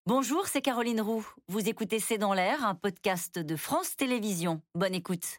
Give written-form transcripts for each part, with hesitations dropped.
Bonjour, c'est Caroline Roux. Vous écoutez C'est dans l'air, un podcast de France Télévisions. Bonne écoute.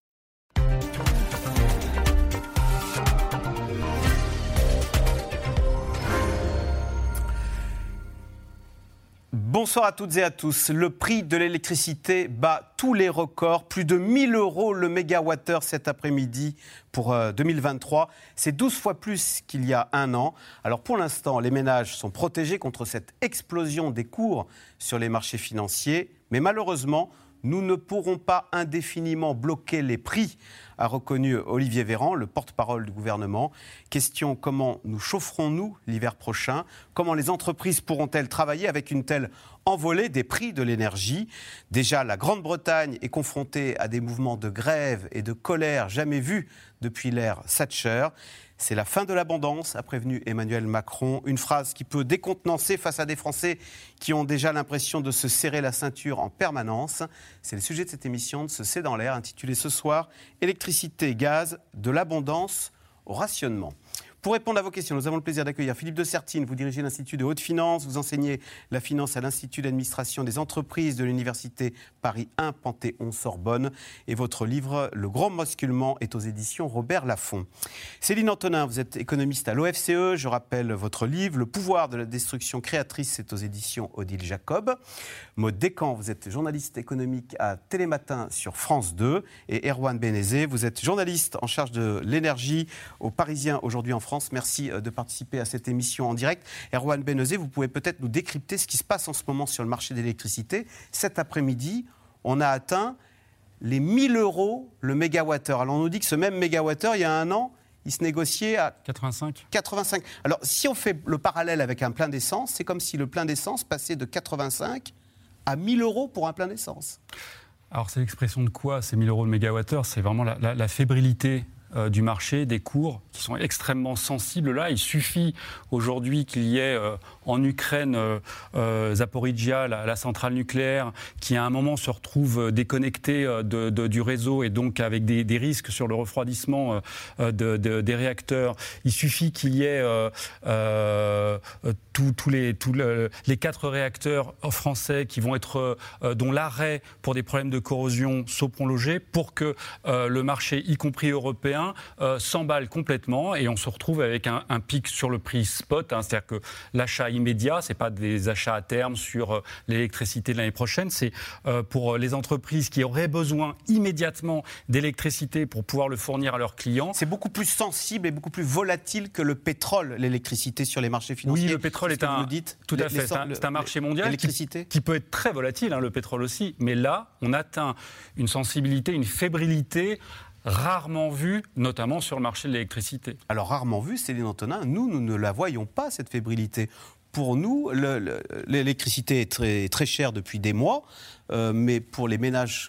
Bonsoir à toutes et à tous. Le prix de l'électricité bat tous les records. Plus de 1 000 € le mégawattheure cet après-midi pour 2023. C'est 12 fois plus qu'il y a un an. Alors pour l'instant, les ménages sont protégés contre cette explosion des cours sur les marchés financiers. Mais malheureusement, nous ne pourrons pas indéfiniment bloquer les prix, a reconnu Olivier Véran, le porte-parole du gouvernement. Question: comment nous chaufferons-nous l'hiver prochain ? Comment les entreprises pourront-elles travailler avec une telle envolée des prix de l'énergie ? Déjà, la Grande-Bretagne est confrontée à des mouvements de grève et de colère jamais vus depuis l'ère Thatcher. C'est la fin de l'abondance, a prévenu Emmanuel Macron. Une phrase qui peut décontenancer face à des Français qui ont déjà l'impression de se serrer la ceinture en permanence. C'est le sujet de cette émission de ce C'est dans l'air, intitulée ce soir « Électricité et gaz, de l'abondance au rationnement ». Pour répondre à vos questions, nous avons le plaisir d'accueillir Philippe de Sertine. Vous dirigez l'Institut de haute finance, vous enseignez la finance à l'Institut d'administration des entreprises de l'Université Paris 1 Panthéon-Sorbonne. Et votre livre, Le Gros Basculement, est aux éditions Robert Laffont. Céline Antonin, vous êtes économiste à l'OFCE. Je rappelle votre livre, Le pouvoir de la destruction créatrice, c'est aux éditions Odile Jacob. Maud Descamps, vous êtes journaliste économique à Télématin sur France 2. Et Erwan Benezet, vous êtes journaliste en charge de l'énergie au Parisien aujourd'hui en France. Merci de participer à cette émission en direct. Erwan Benezet, vous pouvez peut-être nous décrypter ce qui se passe en ce moment sur le marché de l'électricité. Cet après-midi, on a atteint les 1 000 € le mégawattheure. Alors on nous dit que ce même mégawattheure, il y a un an, il se négociait à 85. Alors si on fait le parallèle avec un plein d'essence, c'est comme si le plein d'essence passait de 85 à 1 000 € pour un plein d'essence. Alors c'est l'expression de quoi, ces 1 000 € le mégawattheure ? C'est vraiment la fébrilité du marché, des cours qui sont extrêmement sensibles là. Il suffit aujourd'hui qu'il y ait en Ukraine Zaporizhzhia, la centrale nucléaire, qui à un moment se retrouve déconnectée du réseau et donc avec des risques sur le refroidissement des réacteurs. Il suffit qu'il y ait tous les 4 réacteurs français qui vont être, dont l'arrêt pour des problèmes de corrosion soit prolongé pour que le marché, y compris européen, s'emballe complètement et on se retrouve avec un pic sur le prix spot, c'est-à-dire que l'achat immédiat, ce n'est pas des achats à terme sur l'électricité de l'année prochaine, c'est pour les entreprises qui auraient besoin immédiatement d'électricité pour pouvoir le fournir à leurs clients. C'est beaucoup plus sensible et beaucoup plus volatile que le pétrole, l'électricité sur les marchés financiers. Oui, le pétrole est un marché mondial qui peut être très volatile, le pétrole aussi, mais là, on atteint une sensibilité, une fébrilité rarement vue, notamment sur le marché de l'électricité. Alors rarement vue, Céline Antonin, nous ne la voyons pas, cette fébrilité. Pour nous, l'électricité est très, très chère depuis des mois, mais pour les ménages,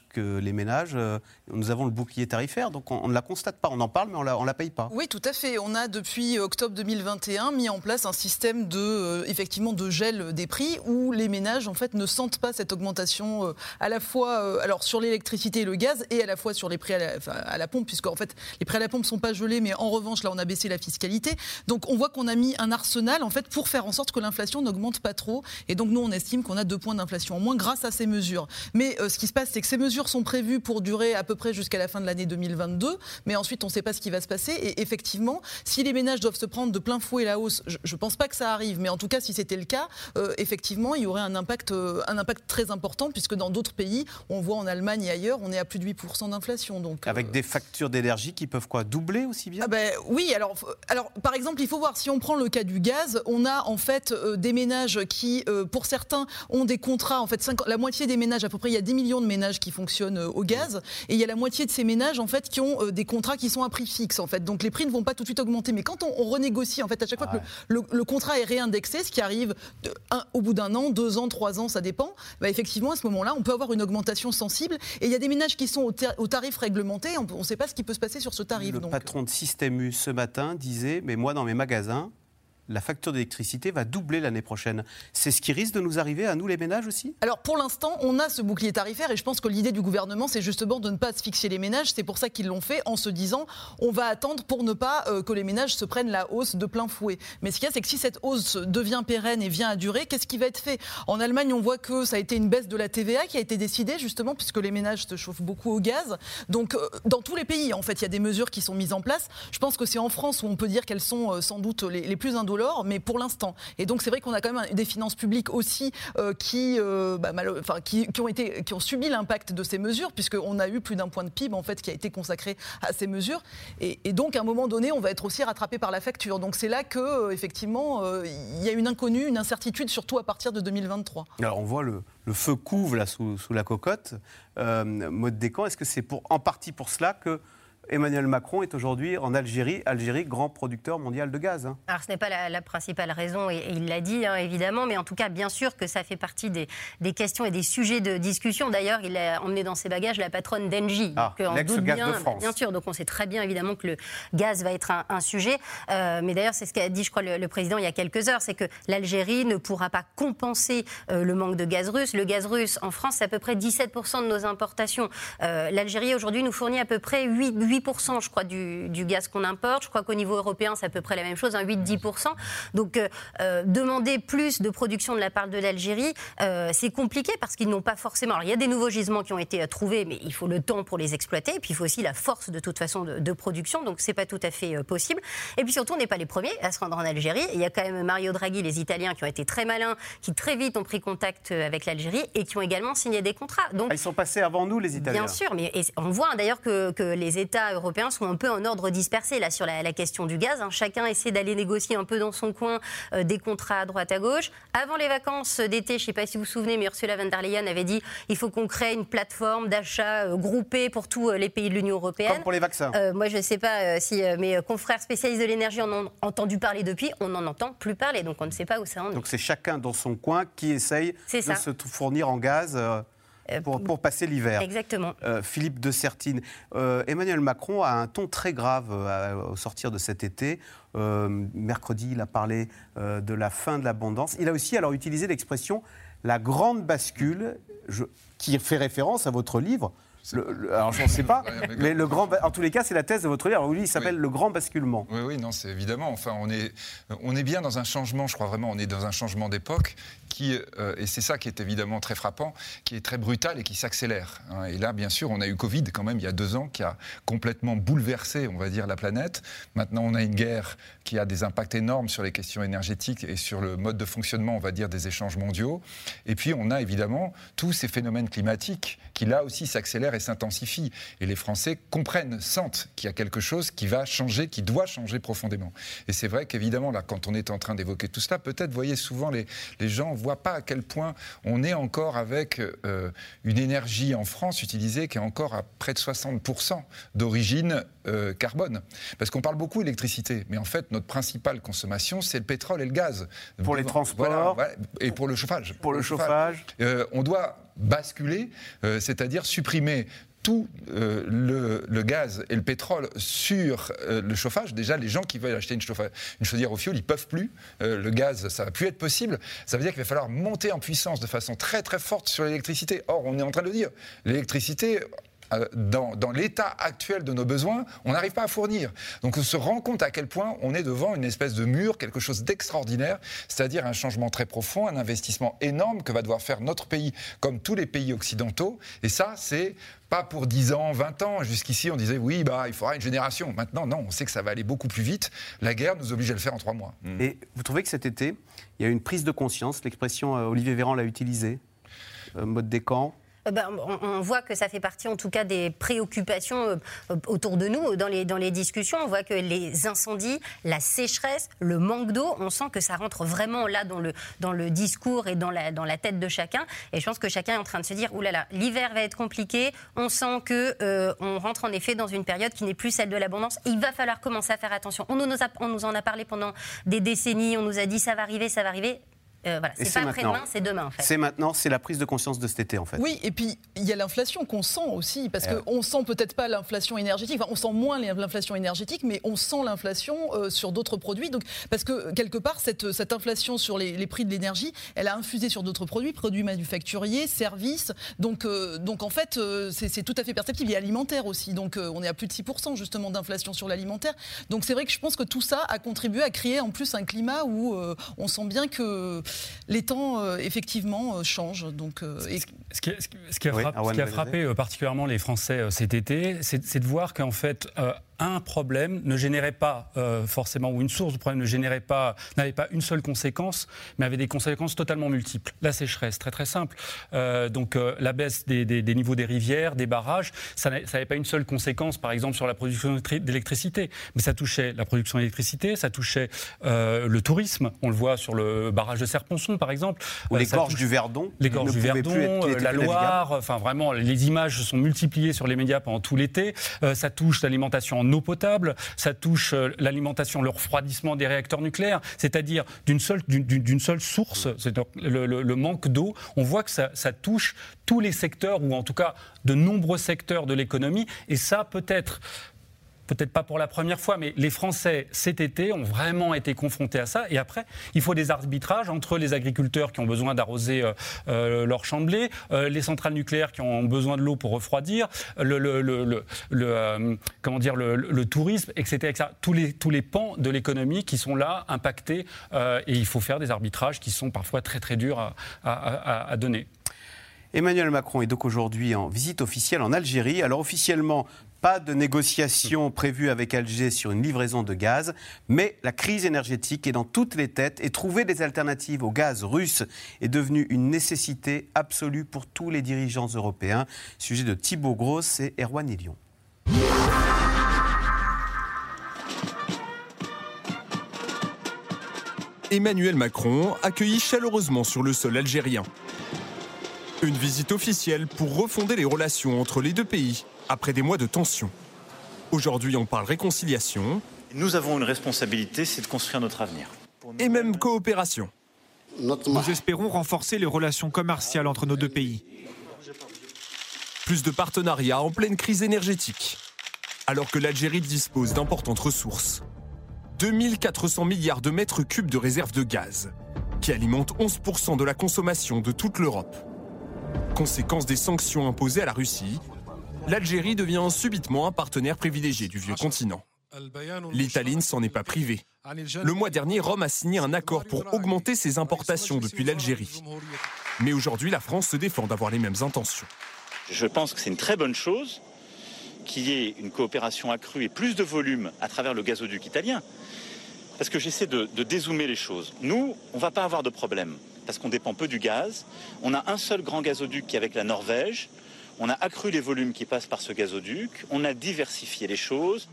nous avons le bouclier tarifaire, donc on ne la constate pas. On en parle, mais on ne la paye pas. Oui, tout à fait. On a, depuis octobre 2021, mis en place un système effectivement, de gel des prix où les ménages en fait, ne sentent pas cette augmentation à la fois alors, sur l'électricité et le gaz et à la fois sur les prix à la pompe, puisque en fait, les prix à la pompe ne sont pas gelés, mais en revanche, là, on a baissé la fiscalité. Donc on voit qu'on a mis un arsenal en fait, pour faire en sorte que l'inflation n'augmente pas trop. Et donc nous, on estime qu'on a 2 points d'inflation en moins grâce à ces mesures. Mais ce qui se passe, c'est que ces mesures sont prévues pour durer à peu près jusqu'à la fin de l'année 2022. Mais ensuite, on ne sait pas ce qui va se passer. Et effectivement, si les ménages doivent se prendre de plein fouet la hausse, je ne pense pas que ça arrive. Mais en tout cas, si c'était le cas, effectivement, il y aurait un impact très important, puisque dans d'autres pays, on voit en Allemagne et ailleurs, on est à plus de 8% d'inflation. Donc, avec des factures d'énergie qui peuvent doubler aussi bien ? Oui, alors par exemple, il faut voir, si on prend le cas du gaz, on a en fait des ménages qui, pour certains, ont des contrats, en fait, la moitié des ménages, à peu près, il y a 10 millions de ménages qui fonctionnent au gaz, et il y a la moitié de ces ménages, en fait, qui ont des contrats qui sont à prix fixe, en fait. Donc les prix ne vont pas tout de suite augmenter, mais quand on renégocie, en fait, à chaque fois que le contrat est réindexé, ce qui arrive au bout d'un an, 2 ans, 3 ans, ça dépend, effectivement, à ce moment-là, on peut avoir une augmentation sensible, et il y a des ménages qui sont au tarif réglementé, on ne sait pas ce qui peut se passer sur ce tarif. Le patron de Système U ce matin disait, mais moi, dans mes magasins, la facture d'électricité va doubler l'année prochaine. C'est ce qui risque de nous arriver à nous, les ménages aussi ? Alors pour l'instant, on a ce bouclier tarifaire et je pense que l'idée du gouvernement, c'est justement de ne pas asphyxier les ménages. C'est pour ça qu'ils l'ont fait en se disant on va attendre pour ne pas que les ménages se prennent la hausse de plein fouet. Mais ce qu'il y a, c'est que si cette hausse devient pérenne et vient à durer, qu'est-ce qui va être fait ? En Allemagne, on voit que ça a été une baisse de la TVA qui a été décidée justement puisque les ménages se chauffent beaucoup au gaz. Donc dans tous les pays, en fait, il y a des mesures qui sont mises en place. Je pense que c'est en France où on peut dire qu'elles sont sans doute les plus indolores, mais pour l'instant. Et donc c'est vrai qu'on a quand même des finances publiques aussi qui ont subi l'impact de ces mesures, puisqu'on a eu plus d'un point de PIB en fait qui a été consacré à ces mesures. Et donc à un moment donné, on va être aussi rattrapé par la facture. Donc c'est là que effectivement il y a une inconnue, une incertitude, surtout à partir de 2023. Alors on voit le feu couve là sous la cocotte. Maud Descamps, est-ce que c'est en partie pour cela que Emmanuel Macron est aujourd'hui en Algérie, grand producteur mondial de gaz. Alors ce n'est pas la principale raison, et il l'a dit évidemment, mais en tout cas bien sûr que ça fait partie des questions et des sujets de discussion. D'ailleurs, il a emmené dans ses bagages la patronne d'Engie. L'ex-Gaz de France. Bien sûr, donc on sait très bien évidemment que le gaz va être un sujet. Mais d'ailleurs, c'est ce qu'a dit, je crois, le président il y a quelques heures, c'est que l'Algérie ne pourra pas compenser le manque de gaz russe. Le gaz russe en France, c'est à peu près 17% de nos importations. L'Algérie aujourd'hui nous fournit à peu près 8%, je crois, du gaz qu'on importe. Je crois qu'au niveau européen, c'est à peu près la même chose, 8-10%. Donc, demander plus de production de la part de l'Algérie, c'est compliqué parce qu'ils n'ont pas forcément... Alors, il y a des nouveaux gisements qui ont été trouvés, mais il faut le temps pour les exploiter. Et puis, il faut aussi la force, de toute façon, de production. Donc, c'est pas tout à fait possible. Et puis, surtout, on n'est pas les premiers à se rendre en Algérie. Il y a quand même Mario Draghi, les Italiens, qui ont été très malins, qui très vite ont pris contact avec l'Algérie et qui ont également signé des contrats. Donc, ils sont passés avant nous, les Italiens. Bien sûr, mais on voit d'ailleurs que les États européens sont un peu en ordre dispersé là, sur la question du gaz. Chacun essaie d'aller négocier un peu dans son coin des contrats à droite à gauche. Avant les vacances d'été, je ne sais pas si vous vous souvenez, mais Ursula von der Leyen avait dit il faut qu'on crée une plateforme d'achat groupée pour tous les pays de l'Union européenne. Comme pour les vaccins. Moi, je ne sais pas si mes confrères spécialistes de l'énergie en ont entendu parler depuis. On n'en entend plus parler, donc on ne sait pas où ça en est. Donc c'est chacun dans son coin qui essaye de se fournir en gaz... Pour passer l'hiver. Exactement. Philippe de Sertine, Emmanuel Macron a un ton très grave au sortir de cet été. Mercredi, il a parlé de la fin de l'abondance. Il a aussi utilisé l'expression « la grande bascule », qui fait référence à votre livre. Alors, je ne sais pas, mais en tous les cas, c'est la thèse de votre livre. Alors, oui, il s'appelle Le Grand Basculement. Oui, non, c'est évidemment. Enfin, on est bien dans un changement, je crois vraiment, on est dans un changement d'époque et c'est ça qui est évidemment très frappant, qui est très brutal et qui s'accélère. Et là, bien sûr, on a eu Covid quand même il y a 2 ans qui a complètement bouleversé, on va dire, la planète. Maintenant, on a une guerre qui a des impacts énormes sur les questions énergétiques et sur le mode de fonctionnement, on va dire, des échanges mondiaux. Et puis, on a évidemment tous ces phénomènes climatiques qui, là aussi, s'accélèrent et s'intensifient. Et les Français comprennent, sentent qu'il y a quelque chose qui va changer, qui doit changer profondément. Et c'est vrai qu'évidemment, là, quand on est en train d'évoquer tout cela, peut-être, vous voyez, souvent, les gens ne voient pas à quel point on est encore avec une énergie en France utilisée qui est encore à près de 60% d'origine carbone. Parce qu'on parle beaucoup d'électricité, mais en fait, notre principale consommation, c'est le pétrole et le gaz. Pour les transports. Voilà, et pour le chauffage. Pour le chauffage. On doit basculer, c'est-à-dire supprimer tout le gaz et le pétrole sur le chauffage. Déjà, les gens qui veulent acheter une chaudière au fioul, ils ne peuvent plus. Le gaz, ça ne va plus être possible. Ça veut dire qu'il va falloir monter en puissance de façon très très forte sur l'électricité. Or, on est en train de le dire, l'électricité... Dans l'état actuel de nos besoins, on n'arrive pas à fournir. Donc on se rend compte à quel point on est devant une espèce de mur, quelque chose d'extraordinaire, c'est-à-dire un changement très profond, un investissement énorme que va devoir faire notre pays, comme tous les pays occidentaux. Et ça, c'est pas pour 10 ans, 20 ans. Jusqu'ici, on disait, oui, il faudra une génération. Maintenant, non, on sait que ça va aller beaucoup plus vite. La guerre nous oblige à le faire en 3 mois. Et vous trouvez que cet été, il y a eu une prise de conscience, l'expression Olivier Véran l'a utilisée, Maud Descamps? On voit que ça fait partie en tout cas des préoccupations autour de nous, dans les discussions. On voit que les incendies, la sécheresse, le manque d'eau, on sent que ça rentre vraiment là dans le discours et dans la tête de chacun. Et je pense que chacun est en train de se dire, oulala, l'hiver va être compliqué. On sent qu'on rentre en effet dans une période qui n'est plus celle de l'abondance. Il va falloir commencer à faire attention. On nous en a parlé pendant des décennies, on nous a dit ça va arriver. Voilà, c'est pas après-demain, c'est demain en fait. C'est maintenant, c'est la prise de conscience de cet été en fait. Oui, et puis il y a l'inflation qu'on sent aussi, parce qu'on sent peut-être pas l'inflation énergétique, enfin on sent moins l'inflation énergétique, mais on sent l'inflation sur d'autres produits. Donc, parce que quelque part, cette inflation sur les prix de l'énergie, elle a infusé sur d'autres produits manufacturiers, services. Donc en fait, c'est tout à fait perceptible. Il y a alimentaire aussi. Donc on est à plus de 6% justement d'inflation sur l'alimentaire. Donc c'est vrai que je pense que tout ça a contribué à créer en plus un climat où on sent bien que les temps effectivement changent. Donc, Ce qui a frappé particulièrement les Français cet été, c'est de voir qu'en fait un problème ne générait pas forcément, ou une source de problème n'avait pas une seule conséquence, mais avait des conséquences totalement multiples. La sécheresse, très très simple. Donc la baisse des niveaux des rivières, des barrages, ça n'avait pas une seule conséquence, par exemple, sur la production d'électricité. Mais ça touchait la production d'électricité, ça touchait le tourisme. On le voit sur le barrage de Serre-Ponçon, par exemple. Ou les gorges du Verdon. Les gorges du Verdon, la Loire. Enfin, vraiment, les images se sont multipliées sur les médias pendant tout l'été. Ça touche l'alimentation en eau potable, ça touche l'alimentation, le refroidissement des réacteurs nucléaires, c'est-à-dire d'une seule source, c'est le manque d'eau. On voit que ça touche tous les secteurs, ou en tout cas de nombreux secteurs de l'économie, et ça peut-être pas pour la première fois, mais les Français, cet été, ont vraiment été confrontés à ça. Et après, il faut des arbitrages entre les agriculteurs qui ont besoin d'arroser leurs champs de blé, les centrales nucléaires qui ont besoin de l'eau pour refroidir, le tourisme, etc. Tous les pans de l'économie qui sont là, impactés. Et il faut faire des arbitrages qui sont parfois très, très durs à donner. Emmanuel Macron est donc aujourd'hui en visite officielle en Algérie. Alors officiellement, pas de négociation prévue avec Alger sur une livraison de gaz, mais la crise énergétique est dans toutes les têtes et trouver des alternatives au gaz russe est devenu une nécessité absolue pour tous les dirigeants européens. Sujet de Thibaut Gross et Erwan Elion. Emmanuel Macron accueilli chaleureusement sur le sol algérien. Une visite officielle pour refonder les relations entre les deux pays après des mois de tension. Aujourd'hui, on parle réconciliation. Nous avons une responsabilité, c'est de construire notre avenir. Et même coopération. Nous espérons renforcer les relations commerciales entre nos deux pays. Plus de partenariats en pleine crise énergétique. Alors que l'Algérie dispose d'importantes ressources. 2400 milliards de mètres cubes de réserves de gaz, qui alimentent 11% de la consommation de toute l'Europe. Conséquence des sanctions imposées à la Russie, l'Algérie devient subitement un partenaire privilégié du vieux continent. L'Italie ne s'en est pas privée. Le mois dernier, Rome a signé un accord pour augmenter ses importations depuis l'Algérie. Mais aujourd'hui, la France se défend d'avoir les mêmes intentions. Je pense que c'est une très bonne chose qu'il y ait une coopération accrue et plus de volume à travers le gazoduc italien. Parce que j'essaie de dézoomer les choses. Nous, on ne va pas avoir de problème, parce qu'on dépend peu du gaz. On a un seul grand gazoduc qui est avec la Norvège. On a accru les volumes qui passent par ce gazoduc. On a diversifié les choses.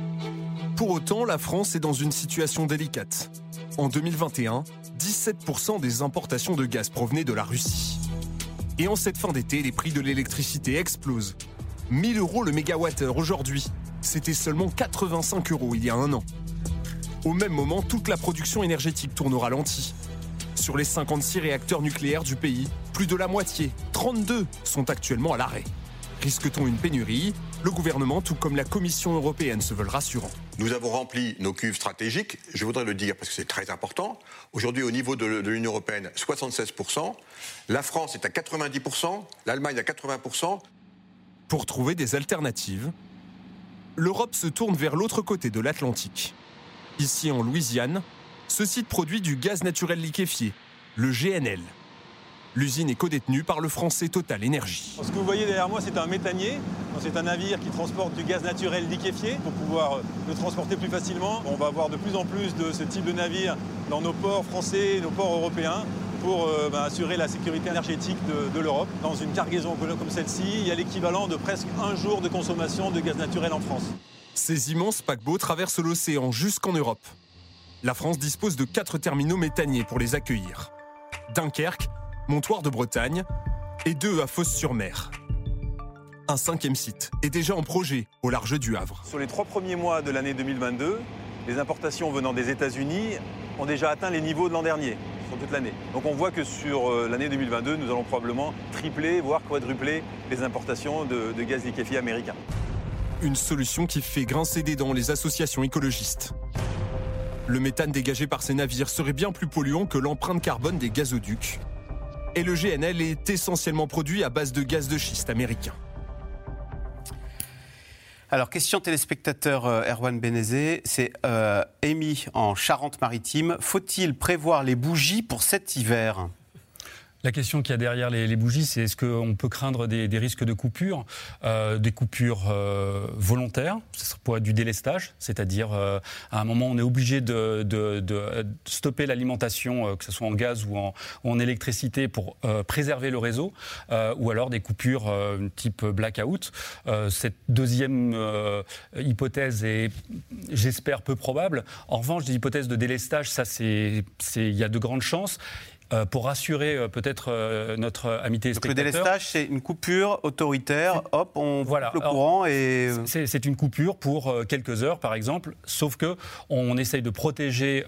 Pour autant, la France est dans une situation délicate. En 2021, 17% des importations de gaz provenaient de la Russie. Et en cette fin d'été, les prix de l'électricité explosent. 1 000 € le mégawattheure aujourd'hui. C'était seulement 85 € il y a un an. Au même moment, toute la production énergétique tourne au ralenti. Sur les 56 réacteurs nucléaires du pays, plus de la moitié, 32, sont actuellement à l'arrêt. Risque-t-on une pénurie ? Le gouvernement, tout comme la Commission européenne, se veulent rassurants. Nous avons rempli nos cuves stratégiques, je voudrais le dire parce que c'est très important. Aujourd'hui, au niveau de l'Union européenne, 76%. La France est à 90%, l'Allemagne à 80%. Pour trouver des alternatives, l'Europe se tourne vers l'autre côté de l'Atlantique. Ici, en Louisiane, ce site produit du gaz naturel liquéfié, le GNL. L'usine est codétenue par le français Total Énergie. Ce que vous voyez derrière moi, c'est un méthanier. C'est un navire qui transporte du gaz naturel liquéfié pour pouvoir le transporter plus facilement. On va avoir de plus en plus de ce type de navire dans nos ports français, nos ports européens, pour assurer la sécurité énergétique de l'Europe. Dans une cargaison comme celle-ci, il y a l'équivalent de presque un jour de consommation de gaz naturel en France. Ces immenses paquebots traversent l'océan jusqu'en Europe. La France dispose de 4 terminaux méthaniers pour les accueillir. Dunkerque, Montoire de Bretagne et 2 à Fos-sur-Mer. Un 5e site est déjà en projet au large du Havre. Sur les 3 premiers mois de l'année 2022, les importations venant des États-Unis ont déjà atteint les niveaux de l'an dernier. sur toute l'année. Donc on voit que sur l'année 2022, nous allons probablement tripler, voire quadrupler les importations de gaz liquéfié américain. Une solution qui fait grincer des dents les associations écologistes. Le méthane dégagé par ces navires serait bien plus polluant que l'empreinte carbone des gazoducs. Et le GNL est essentiellement produit à base de gaz de schiste américain. Alors, question téléspectateur Erwan Benezé, c'est émis en Charente-Maritime. Faut-il prévoir les bougies pour cet hiver ? La question qu'il y a derrière les bougies, c'est est-ce qu'on peut craindre des risques de coupures, des coupures volontaires, ça pourrait être du délestage, c'est-à-dire à un moment on est obligé de stopper l'alimentation, que ce soit en gaz ou en électricité pour préserver le réseau, ou alors des coupures type blackout. Cette deuxième hypothèse est, j'espère, peu probable. En revanche, des hypothèses de délestage, ça il y a de grandes chances. Pour rassurer peut-être notre ami téléspectateur. Donc le délestage, c'est une coupure autoritaire, hop, on coupe le courant et... C'est une coupure pour quelques heures, par exemple, sauf qu'on essaye de protéger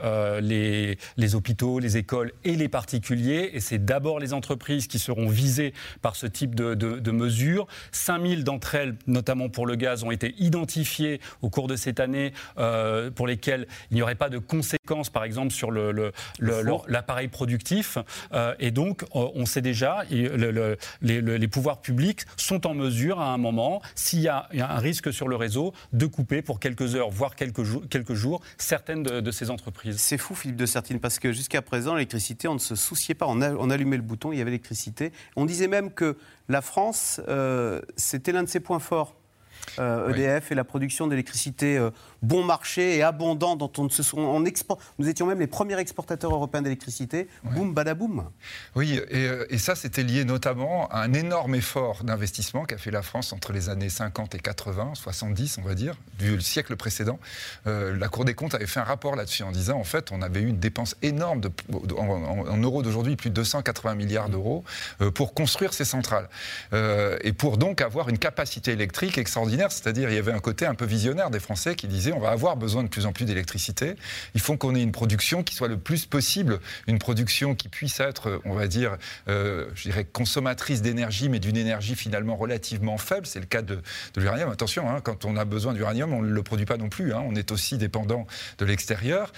les hôpitaux, les écoles et les particuliers, et c'est d'abord les entreprises qui seront visées par ce type de mesures. 5000 d'entre elles, notamment pour le gaz, ont été identifiées au cours de cette année, pour lesquelles il n'y aurait pas de conséquences, par exemple, sur l'appareil productif. Et donc, on sait déjà, les pouvoirs publics sont en mesure, à un moment, s'il y a un risque sur le réseau, de couper pour quelques heures, voire quelques jours, certaines de ces entreprises. C'est fou, Philippe de Sertine, parce que jusqu'à présent, l'électricité, on ne se souciait pas. On allumait le bouton, il y avait l'électricité. On disait même que la France, c'était l'un de ses points forts. EDF et la production d'électricité bon marché et abondant, dont nous étions même les premiers exportateurs européens d'électricité. Ouais. Boum, badaboum. Oui, et ça, c'était lié notamment à un énorme effort d'investissement qu'a fait la France entre les années 50 et 80, 70, on va dire, du siècle précédent. La Cour des comptes avait fait un rapport là-dessus en disant, en fait, on avait eu une dépense énorme en euros d'aujourd'hui, plus de 280 milliards d'euros, pour construire ces centrales. Et pour donc avoir une capacité électrique extraordinaire, c'est-à-dire il y avait un côté un peu visionnaire des Français qui disaient on va avoir besoin de plus en plus d'électricité, il faut qu'on ait une production qui soit le plus possible, une production qui puisse être, on va dire, je dirais consommatrice d'énergie, mais d'une énergie finalement relativement faible, c'est le cas de l'uranium. Attention, quand on a besoin d'uranium, on ne le produit pas non plus, on est aussi dépendant de l'extérieur,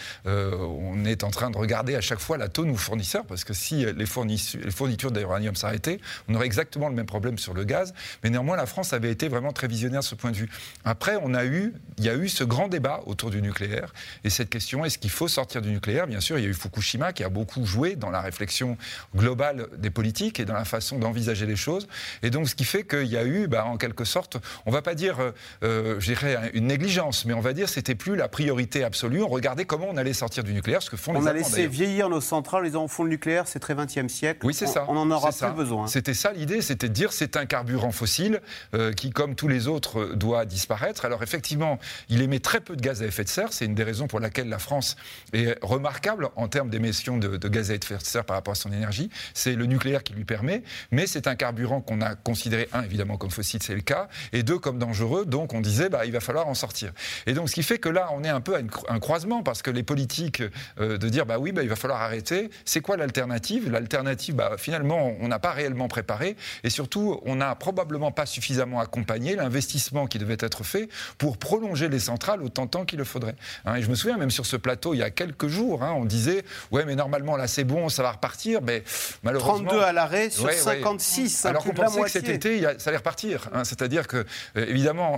on est en train de regarder à chaque fois la taux de nos fournisseurs, parce que si les fournitures d'uranium s'arrêtaient, on aurait exactement le même problème sur le gaz, mais néanmoins la France avait été vraiment très visionnaire de ce point de vue. Après, il y a eu ce grand débat autour du nucléaire, et cette question, est-ce qu'il faut sortir du nucléaire ? Bien sûr, il y a eu Fukushima qui a beaucoup joué dans la réflexion globale des politiques et dans la façon d'envisager les choses, et donc ce qui fait qu'il y a eu, en quelque sorte, on ne va pas dire, je dirais, une négligence, mais on va dire que c'était plus la priorité absolue, on regardait comment on allait sortir du nucléaire, ce que font les Allemands. On a laissé vieillir nos centrales, les enfants, le nucléaire, c'est très 20e siècle, oui, c'est ça. On n'en aura plus besoin. C'était ça l'idée, c'était de dire c'est un carburant fossile qui, comme tous les autres, doit disparaître. Alors effectivement, il émet très peu de gaz à effet de serre, c'est une des raisons pour laquelle la France est remarquable en termes d'émissions de gaz à effet de serre par rapport à son énergie, c'est le nucléaire qui lui permet, mais c'est un carburant qu'on a considéré, évidemment comme fossile, c'est le cas, et deux, comme dangereux, donc on disait, il va falloir en sortir. Et donc ce qui fait que là, on est un peu à un croisement, parce que les politiques de dire, il va falloir arrêter, c'est quoi l'alternative ? L'alternative, finalement, on n'a pas réellement préparé, et surtout, on n'a probablement pas suffisamment accompagné l'investissement qui devait être fait pour prolonger les centrales autant de temps qu'il le faudrait. Et je me souviens, même sur ce plateau, il y a quelques jours, on disait, ouais, mais normalement, là, c'est bon, ça va repartir, mais malheureusement... 32 à l'arrêt sur 56, alors qu'on pensait que cet été, ça allait repartir. C'est-à-dire que, évidemment,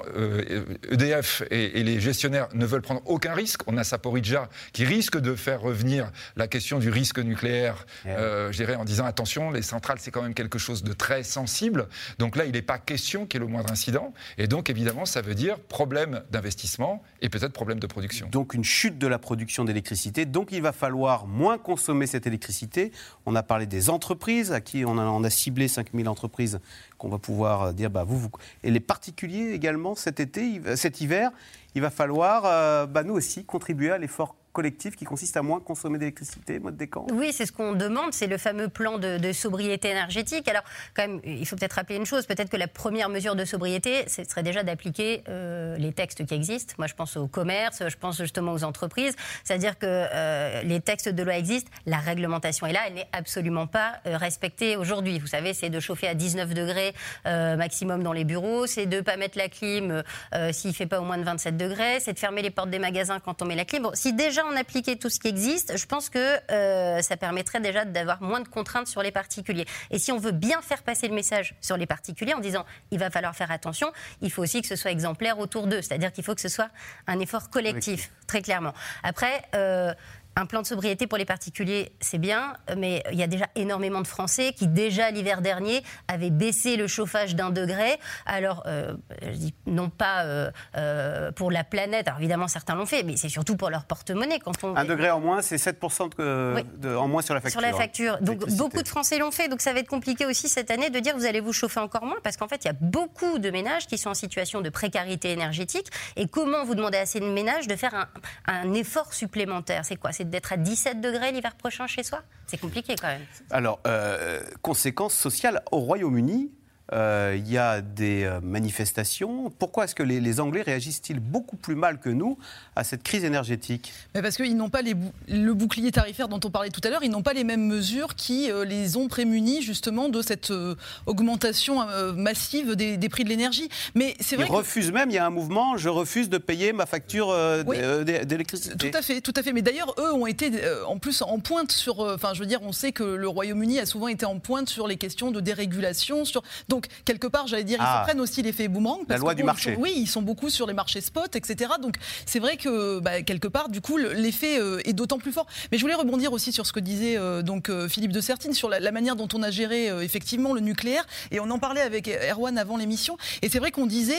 EDF et les gestionnaires ne veulent prendre aucun risque. On a Zaporijjia qui risque de faire revenir la question du risque nucléaire, je dirais, en disant, attention, les centrales, c'est quand même quelque chose de très sensible. Donc là, il n'est pas question qu'il y ait le moindre incident. Et donc, évidemment, ça veut dire problème d'investissement et peut-être problème de production. Donc une chute de la production d'électricité. Donc il va falloir moins consommer cette électricité. On a parlé des entreprises, à qui on a ciblé 5000 entreprises qu'on va pouvoir dire, vous... Et les particuliers également, cet hiver, il va falloir, nous aussi, contribuer à l'effort collectif qui consiste à moins consommer d'électricité, mode Descamps? Oui, c'est ce qu'on demande, c'est le fameux plan de sobriété énergétique. Alors, quand même, il faut peut-être rappeler une chose, peut-être que la première mesure de sobriété, ce serait déjà d'appliquer les textes qui existent. Moi, je pense au commerce, je pense justement aux entreprises. C'est-à-dire que les textes de loi existent, la réglementation est là, elle n'est absolument pas respectée aujourd'hui. Vous savez, c'est de chauffer à 19 degrés maximum dans les bureaux, c'est de ne pas mettre la clim s'il ne fait pas au moins de 27 degrés, c'est de fermer les portes des magasins quand on met la clim. Bon, si déjà on appliquait tout ce qui existe, je pense que ça permettrait déjà d'avoir moins de contraintes sur les particuliers. Et si on veut bien faire passer le message sur les particuliers en disant il va falloir faire attention, il faut aussi que ce soit exemplaire autour d'eux. C'est-à-dire qu'il faut que ce soit un effort collectif, très clairement. Après, un plan de sobriété pour les particuliers, c'est bien, mais il y a déjà énormément de Français qui, déjà l'hiver dernier, avaient baissé le chauffage d'1 degré. Alors, je dis non pas pour la planète, alors évidemment certains l'ont fait, mais c'est surtout pour leur porte-monnaie. 1 degré en moins, c'est 7% en moins sur la facture. Sur la facture. Donc beaucoup de Français l'ont fait, donc ça va être compliqué aussi cette année de dire vous allez vous chauffer encore moins, parce qu'en fait, il y a beaucoup de ménages qui sont en situation de précarité énergétique. Et comment vous demandez à ces ménages de faire un effort supplémentaire? C'est quoi? C'est d'être à 17 degrés l'hiver prochain chez soi? C'est compliqué quand même. Alors, conséquences sociales au Royaume-Uni, il y a des manifestations. Pourquoi est-ce que les Anglais réagissent-ils beaucoup plus mal que nous à cette crise énergétique? Parce qu'ils n'ont pas le bouclier tarifaire dont on parlait tout à l'heure, ils n'ont pas les mêmes mesures qui les ont prémunis justement de cette augmentation massive des prix de l'énergie. Mais c'est vrai ils refusent même, il y a un mouvement, je refuse de payer ma facture d'électricité. Tout à fait. Mais d'ailleurs, eux ont été en plus en pointe sur... Enfin, je veux dire, on sait que le Royaume-Uni a souvent été en pointe sur les questions de dérégulation, donc, quelque part, j'allais dire, ils se prennent aussi l'effet boomerang. La loi du marché. Ils sont beaucoup sur les marchés spot, etc. Donc, c'est vrai que, quelque part, du coup, l'effet est d'autant plus fort. Mais je voulais rebondir aussi sur ce que disait Philippe de Sertine, sur la manière dont on a géré, effectivement, le nucléaire. Et on en parlait avec Erwan avant l'émission. Et c'est vrai qu'on disait...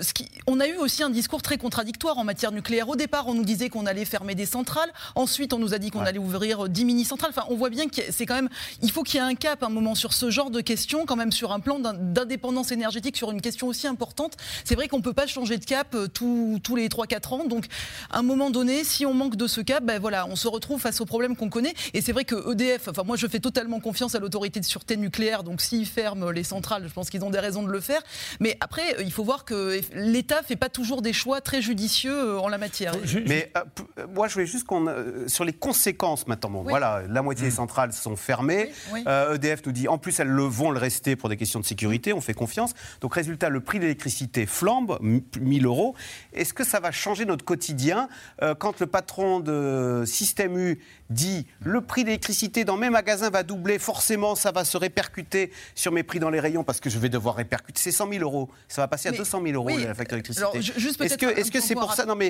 on a eu aussi un discours très contradictoire en matière nucléaire. Au départ, on nous disait qu'on allait fermer des centrales. Ensuite, on nous a dit qu'on allait ouvrir 10 mini-centrales. Enfin, on voit bien que c'est quand même... Il faut qu'il y ait un cap, un moment, sur ce genre de questions, quand même, sur un plan d'indépendance énergétique sur une question aussi importante. C'est vrai qu'on ne peut pas changer de cap tous les 3-4 ans. Donc, à un moment donné, si on manque de ce cap, on se retrouve face aux problèmes qu'on connaît. Et c'est vrai que EDF, moi, je fais totalement confiance à l'autorité de sûreté nucléaire. Donc, s'ils ferment les centrales, je pense qu'ils ont des raisons de le faire. Mais après, il faut voir que l'État ne fait pas toujours des choix très judicieux en la matière. Mais moi, je voulais juste sur les conséquences maintenant. Voilà, la moitié des centrales sont fermées. EDF nous dit, en plus, elles vont le rester pour des questions de sécurité, on fait confiance. Donc résultat, le prix de l'électricité flambe, 1 000 €. Est-ce que ça va changer notre quotidien quand le patron de Système U dit le prix de l'électricité dans mes magasins va doubler, forcément ça va se répercuter sur mes prix dans les rayons parce que je vais devoir répercuter, c'est 100 000 €. Ça va passer à 200 000 € la facture d'électricité. Est-ce que c'est pour ça? Non mais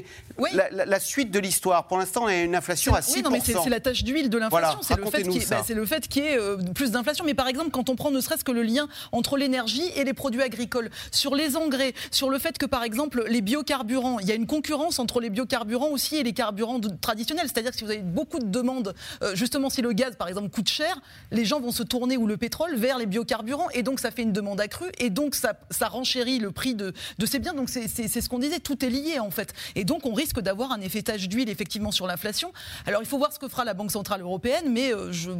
la suite de l'histoire, pour l'instant on a une inflation à 6%. Oui, non, mais c'est la tache d'huile de l'inflation. Voilà, c'est le fait qu'il y ait plus d'inflation. Mais par exemple, quand on prend ne serait-ce que le lien entre l'énergie et les produits agricoles, sur les engrais, sur le fait que par exemple les biocarburants, il y a une concurrence entre les biocarburants aussi et les carburants traditionnels. C'est-à-dire que si vous avez beaucoup de demandes, justement si le gaz par exemple coûte cher, les gens vont se tourner, ou le pétrole, vers les biocarburants, et donc ça fait une demande accrue, et donc ça renchérit le prix de ces biens. Donc c'est ce qu'on disait, tout est lié en fait. Et donc on risque d'avoir un effet tache d'huile effectivement sur l'inflation. Alors il faut voir ce que fera la Banque Centrale Européenne, mais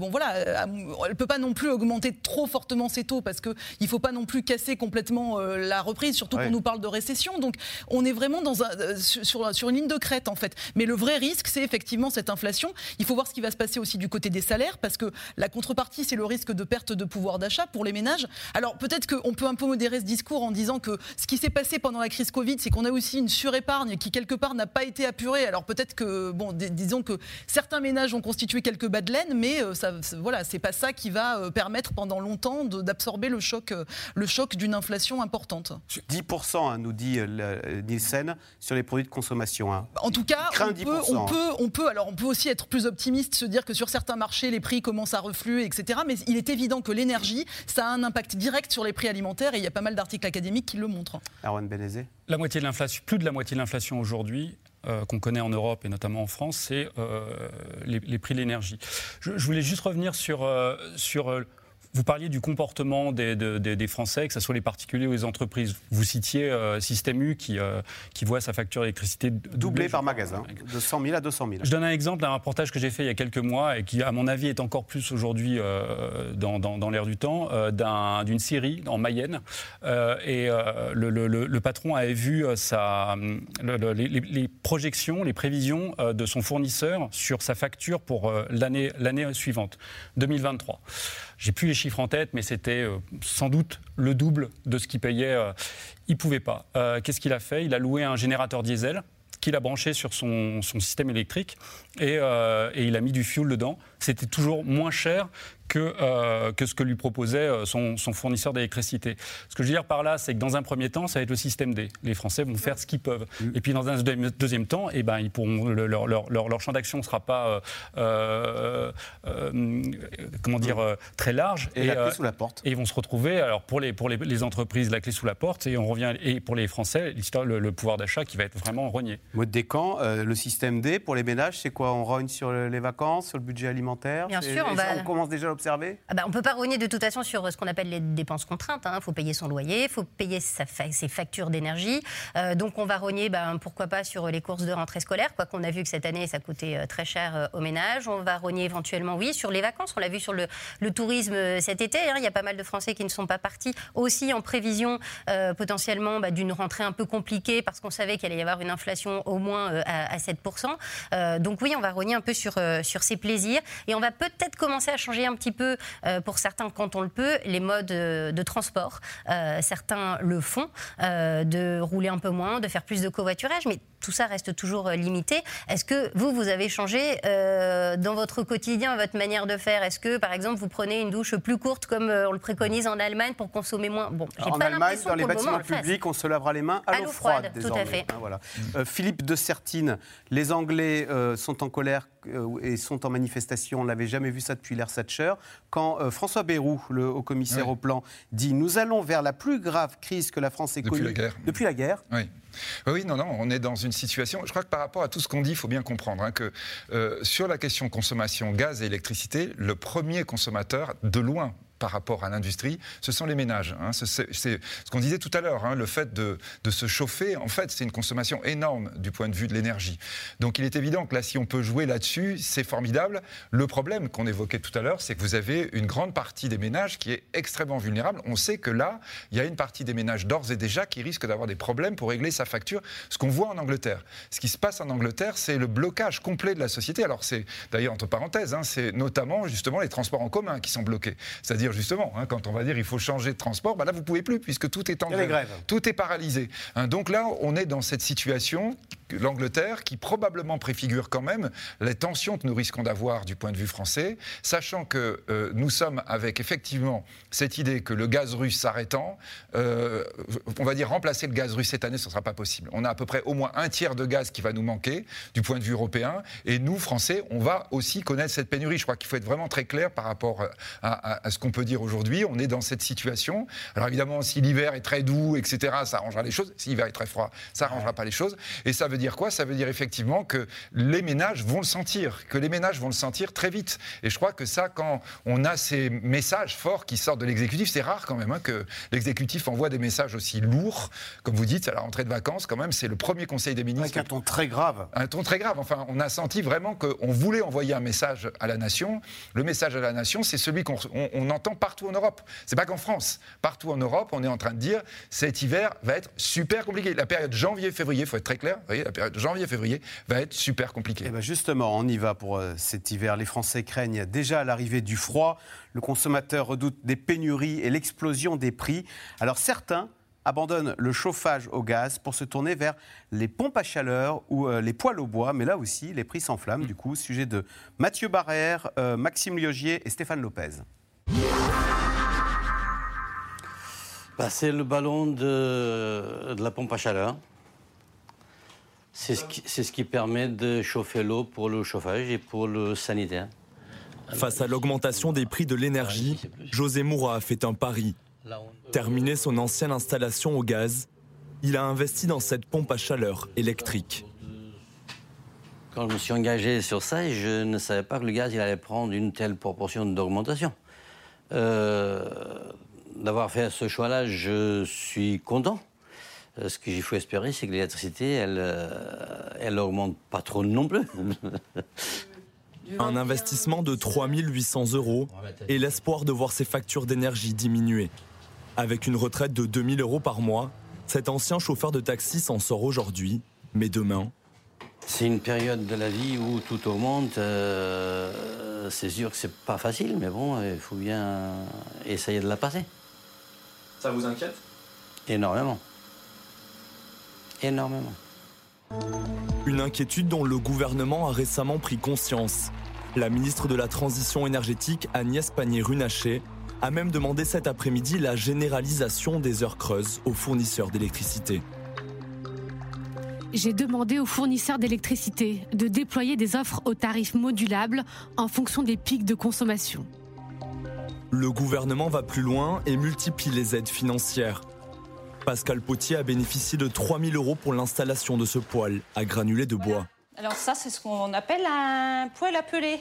elle ne peut pas non plus augmenter trop fortement ses taux, parce qu'il ne faut pas non plus casser complètement la reprise, surtout qu'on nous parle de récession. Donc on est vraiment sur une ligne de crête en fait. Mais le vrai risque, c'est effectivement cette inflation. Il faut voir ce qui va se passer aussi du côté des salaires, parce que la contrepartie, c'est le risque de perte de pouvoir d'achat pour les ménages. Alors peut-être qu'on peut un peu modérer ce discours en disant que ce qui s'est passé pendant la crise Covid, c'est qu'on a aussi une surépargne qui quelque part n'a pas été apurée. Alors peut-être que, disons que certains ménages ont constitué quelques bas de laine, mais c'est pas ça qui va permettre pendant longtemps d'absorber le choc d'une inflation importante. 10%, nous dit Nielsen, sur les produits de consommation. En tout cas, on peut aussi être plus optimiste, se dire que sur certains marchés, les prix commencent à refluer, etc. Mais il est évident que l'énergie, ça a un impact direct sur les prix alimentaires, et il y a pas mal d'articles académiques qui le montrent. Erwan Benezet. Plus de la moitié de l'inflation aujourd'hui, qu'on connaît en Europe et notamment en France, c'est les prix de l'énergie. Je voulais juste revenir sur Vous parliez du comportement des Français, que ce soit les particuliers ou les entreprises. Vous citiez Système U qui voit sa facture d'électricité doublée par magasin, de 100 000 à 200 000. Je donne un exemple d'un reportage que j'ai fait il y a quelques mois et qui, à mon avis, est encore plus aujourd'hui dans l'air du temps, d'une scierie en Mayenne. Le patron avait vu les projections, les prévisions de son fournisseur sur sa facture pour l'année suivante, 2023. J'ai plus les chiffres en tête, mais c'était sans doute le double de ce qu'il payait. Il ne pouvait pas. Qu'est-ce qu'il a fait ? Il a loué un générateur diesel qu'il a branché sur son système électrique et il a mis du fioul dedans. C'était toujours moins cher que ce que lui proposait son fournisseur d'électricité. Ce que je veux dire par là, c'est que dans un premier temps, ça va être le système D. Les Français vont faire ce qu'ils peuvent. Et puis dans un deuxième temps, ils pourront, leur champ d'action ne sera pas très large. Et la clé sous la porte. Et ils vont se retrouver, alors pour les entreprises, la clé sous la porte, et pour les Français, le pouvoir d'achat qui va être vraiment rogné. Maud Descamps, le système D, pour les ménages, c'est quoi ? On rogne sur les vacances, sur le budget alimentaire ? Bien sûr, on commence déjà à l'observer ? On ne peut pas rogner de toute façon sur ce qu'on appelle les dépenses contraintes. Il faut payer son loyer, il faut payer ses factures d'énergie. Donc on va rogner, pourquoi pas, sur les courses de rentrée scolaire, quoi qu'on a vu que cette année, ça coûtait très cher aux ménages. On va rogner éventuellement, oui, sur les vacances. On l'a vu sur le tourisme cet été. Il y a pas mal de Français qui ne sont pas partis, aussi en prévision potentiellement d'une rentrée un peu compliquée, parce qu'on savait qu'il allait y avoir une inflation au moins à 7%. Donc oui, on va rogner un peu sur ces plaisirs. Et on va peut-être commencer à changer un petit peu, pour certains, quand on le peut, les modes de transport. Certains le font, de rouler un peu moins, de faire plus de covoiturage, mais tout ça reste toujours limité. Est-ce que vous avez changé dans votre quotidien, votre manière de faire ? Est-ce que, par exemple, vous prenez une douche plus courte, comme on le préconise en Allemagne, pour consommer moins ? En Allemagne, dans les bâtiments publics, on se lavera les mains à l'eau froide, désormais. Tout à fait. Voilà. Philippe de Sertine, les Anglais sont en colère et sont en manifestation. On n'avait jamais vu ça depuis l'ère Thatcher. Quand François Bayrou, le haut-commissaire au plan, dit « Nous allons vers la plus grave crise que la France ait connue depuis la guerre ». Oui, non, on est dans une situation... Je crois que par rapport à tout ce qu'on dit, il faut bien comprendre que sur la question consommation gaz et électricité, le premier consommateur, de loin, par rapport à l'industrie, ce sont les ménages. C'est ce qu'on disait tout à l'heure, le fait de se chauffer, en fait, c'est une consommation énorme du point de vue de l'énergie. Donc il est évident que là, si on peut jouer là-dessus, c'est formidable. Le problème qu'on évoquait tout à l'heure, c'est que vous avez une grande partie des ménages qui est extrêmement vulnérable. On sait que là, il y a une partie des ménages d'ores et déjà qui risque d'avoir des problèmes pour régler sa facture. Ce qu'on voit en Angleterre. Ce qui se passe en Angleterre, c'est le blocage complet de la société. Alors c'est, d'ailleurs, entre parenthèses, c'est notamment justement les transports en commun qui sont bloqués. C'est-à-dire justement, quand on va dire il faut changer de transport, là vous ne pouvez plus puisque tout est en grève. Tout est paralysé. Donc là, on est dans cette situation, l'Angleterre, qui probablement préfigure quand même les tensions que nous risquons d'avoir du point de vue français, sachant que nous sommes avec effectivement cette idée que le gaz russe s'arrêtant, on va dire remplacer le gaz russe cette année, ce ne sera pas possible. On a à peu près au moins un tiers de gaz qui va nous manquer du point de vue européen, et nous, Français, on va aussi connaître cette pénurie. Je crois qu'il faut être vraiment très clair par rapport à ce qu'on peut dire aujourd'hui. On est dans cette situation. Alors évidemment, si l'hiver est très doux, etc., ça arrangera les choses. Si l'hiver est très froid, ça n'arrangera pas les choses. Et ça veut dire quoi ? Ça veut dire effectivement que les ménages vont le sentir, très vite. Et je crois que ça, quand on a ces messages forts qui sortent de l'exécutif, c'est rare quand même que l'exécutif envoie des messages aussi lourds. Comme vous dites, à la rentrée de vacances, quand même, c'est le premier conseil des ministres. Avec un ton très grave. Un ton très grave. Enfin, on a senti vraiment qu'on voulait envoyer un message à la nation. Le message à la nation, c'est celui qu'on entend partout en Europe. C'est pas qu'en France. Partout en Europe, on est en train de dire cet hiver va être super compliqué. La période janvier-février, il faut être très clair, vous voyez, la période janvier-février va être super compliquée. Et bien justement, on y va pour cet hiver. Les Français craignent déjà l'arrivée du froid. Le consommateur redoute des pénuries et l'explosion des prix. Alors certains abandonnent le chauffage au gaz pour se tourner vers les pompes à chaleur ou les poêles au bois. Mais là aussi, les prix s'enflamment. Du coup, sujet de Mathieu Barrère, Maxime Liogier et Stéphane Lopez. C'est le ballon de la pompe à chaleur. C'est ce qui permet de chauffer l'eau pour le chauffage et pour le sanitaire. Face à l'augmentation des prix de l'énergie, José Moura a fait un pari. Terminé son ancienne installation au gaz, il a investi dans cette pompe à chaleur électrique. Quand je me suis engagé sur ça, je ne savais pas que le gaz allait prendre une telle proportion d'augmentation. D'avoir fait ce choix-là, je suis content. Ce qu'il faut espérer, c'est que l'électricité, elle n'augmente pas trop non plus. Un investissement de 3 800 € et l'espoir de voir ses factures d'énergie diminuer. Avec une retraite de 2 000 € par mois, cet ancien chauffeur de taxi s'en sort aujourd'hui, mais demain... C'est une période de la vie où tout augmente. C'est sûr que c'est pas facile, mais bon, il faut bien essayer de la passer. Ça vous inquiète ? Énormément. Énormément. Une inquiétude dont le gouvernement a récemment pris conscience. La ministre de la Transition énergétique, Agnès Pannier-Runacher, a même demandé cet après-midi la généralisation des heures creuses aux fournisseurs d'électricité. J'ai demandé aux fournisseurs d'électricité de déployer des offres aux tarifs modulables en fonction des pics de consommation. Le gouvernement va plus loin et multiplie les aides financières. Pascal Potier a bénéficié de 3 000 € pour l'installation de ce poêle à granulés de bois. Alors ça, c'est ce qu'on appelle un poêle à peler.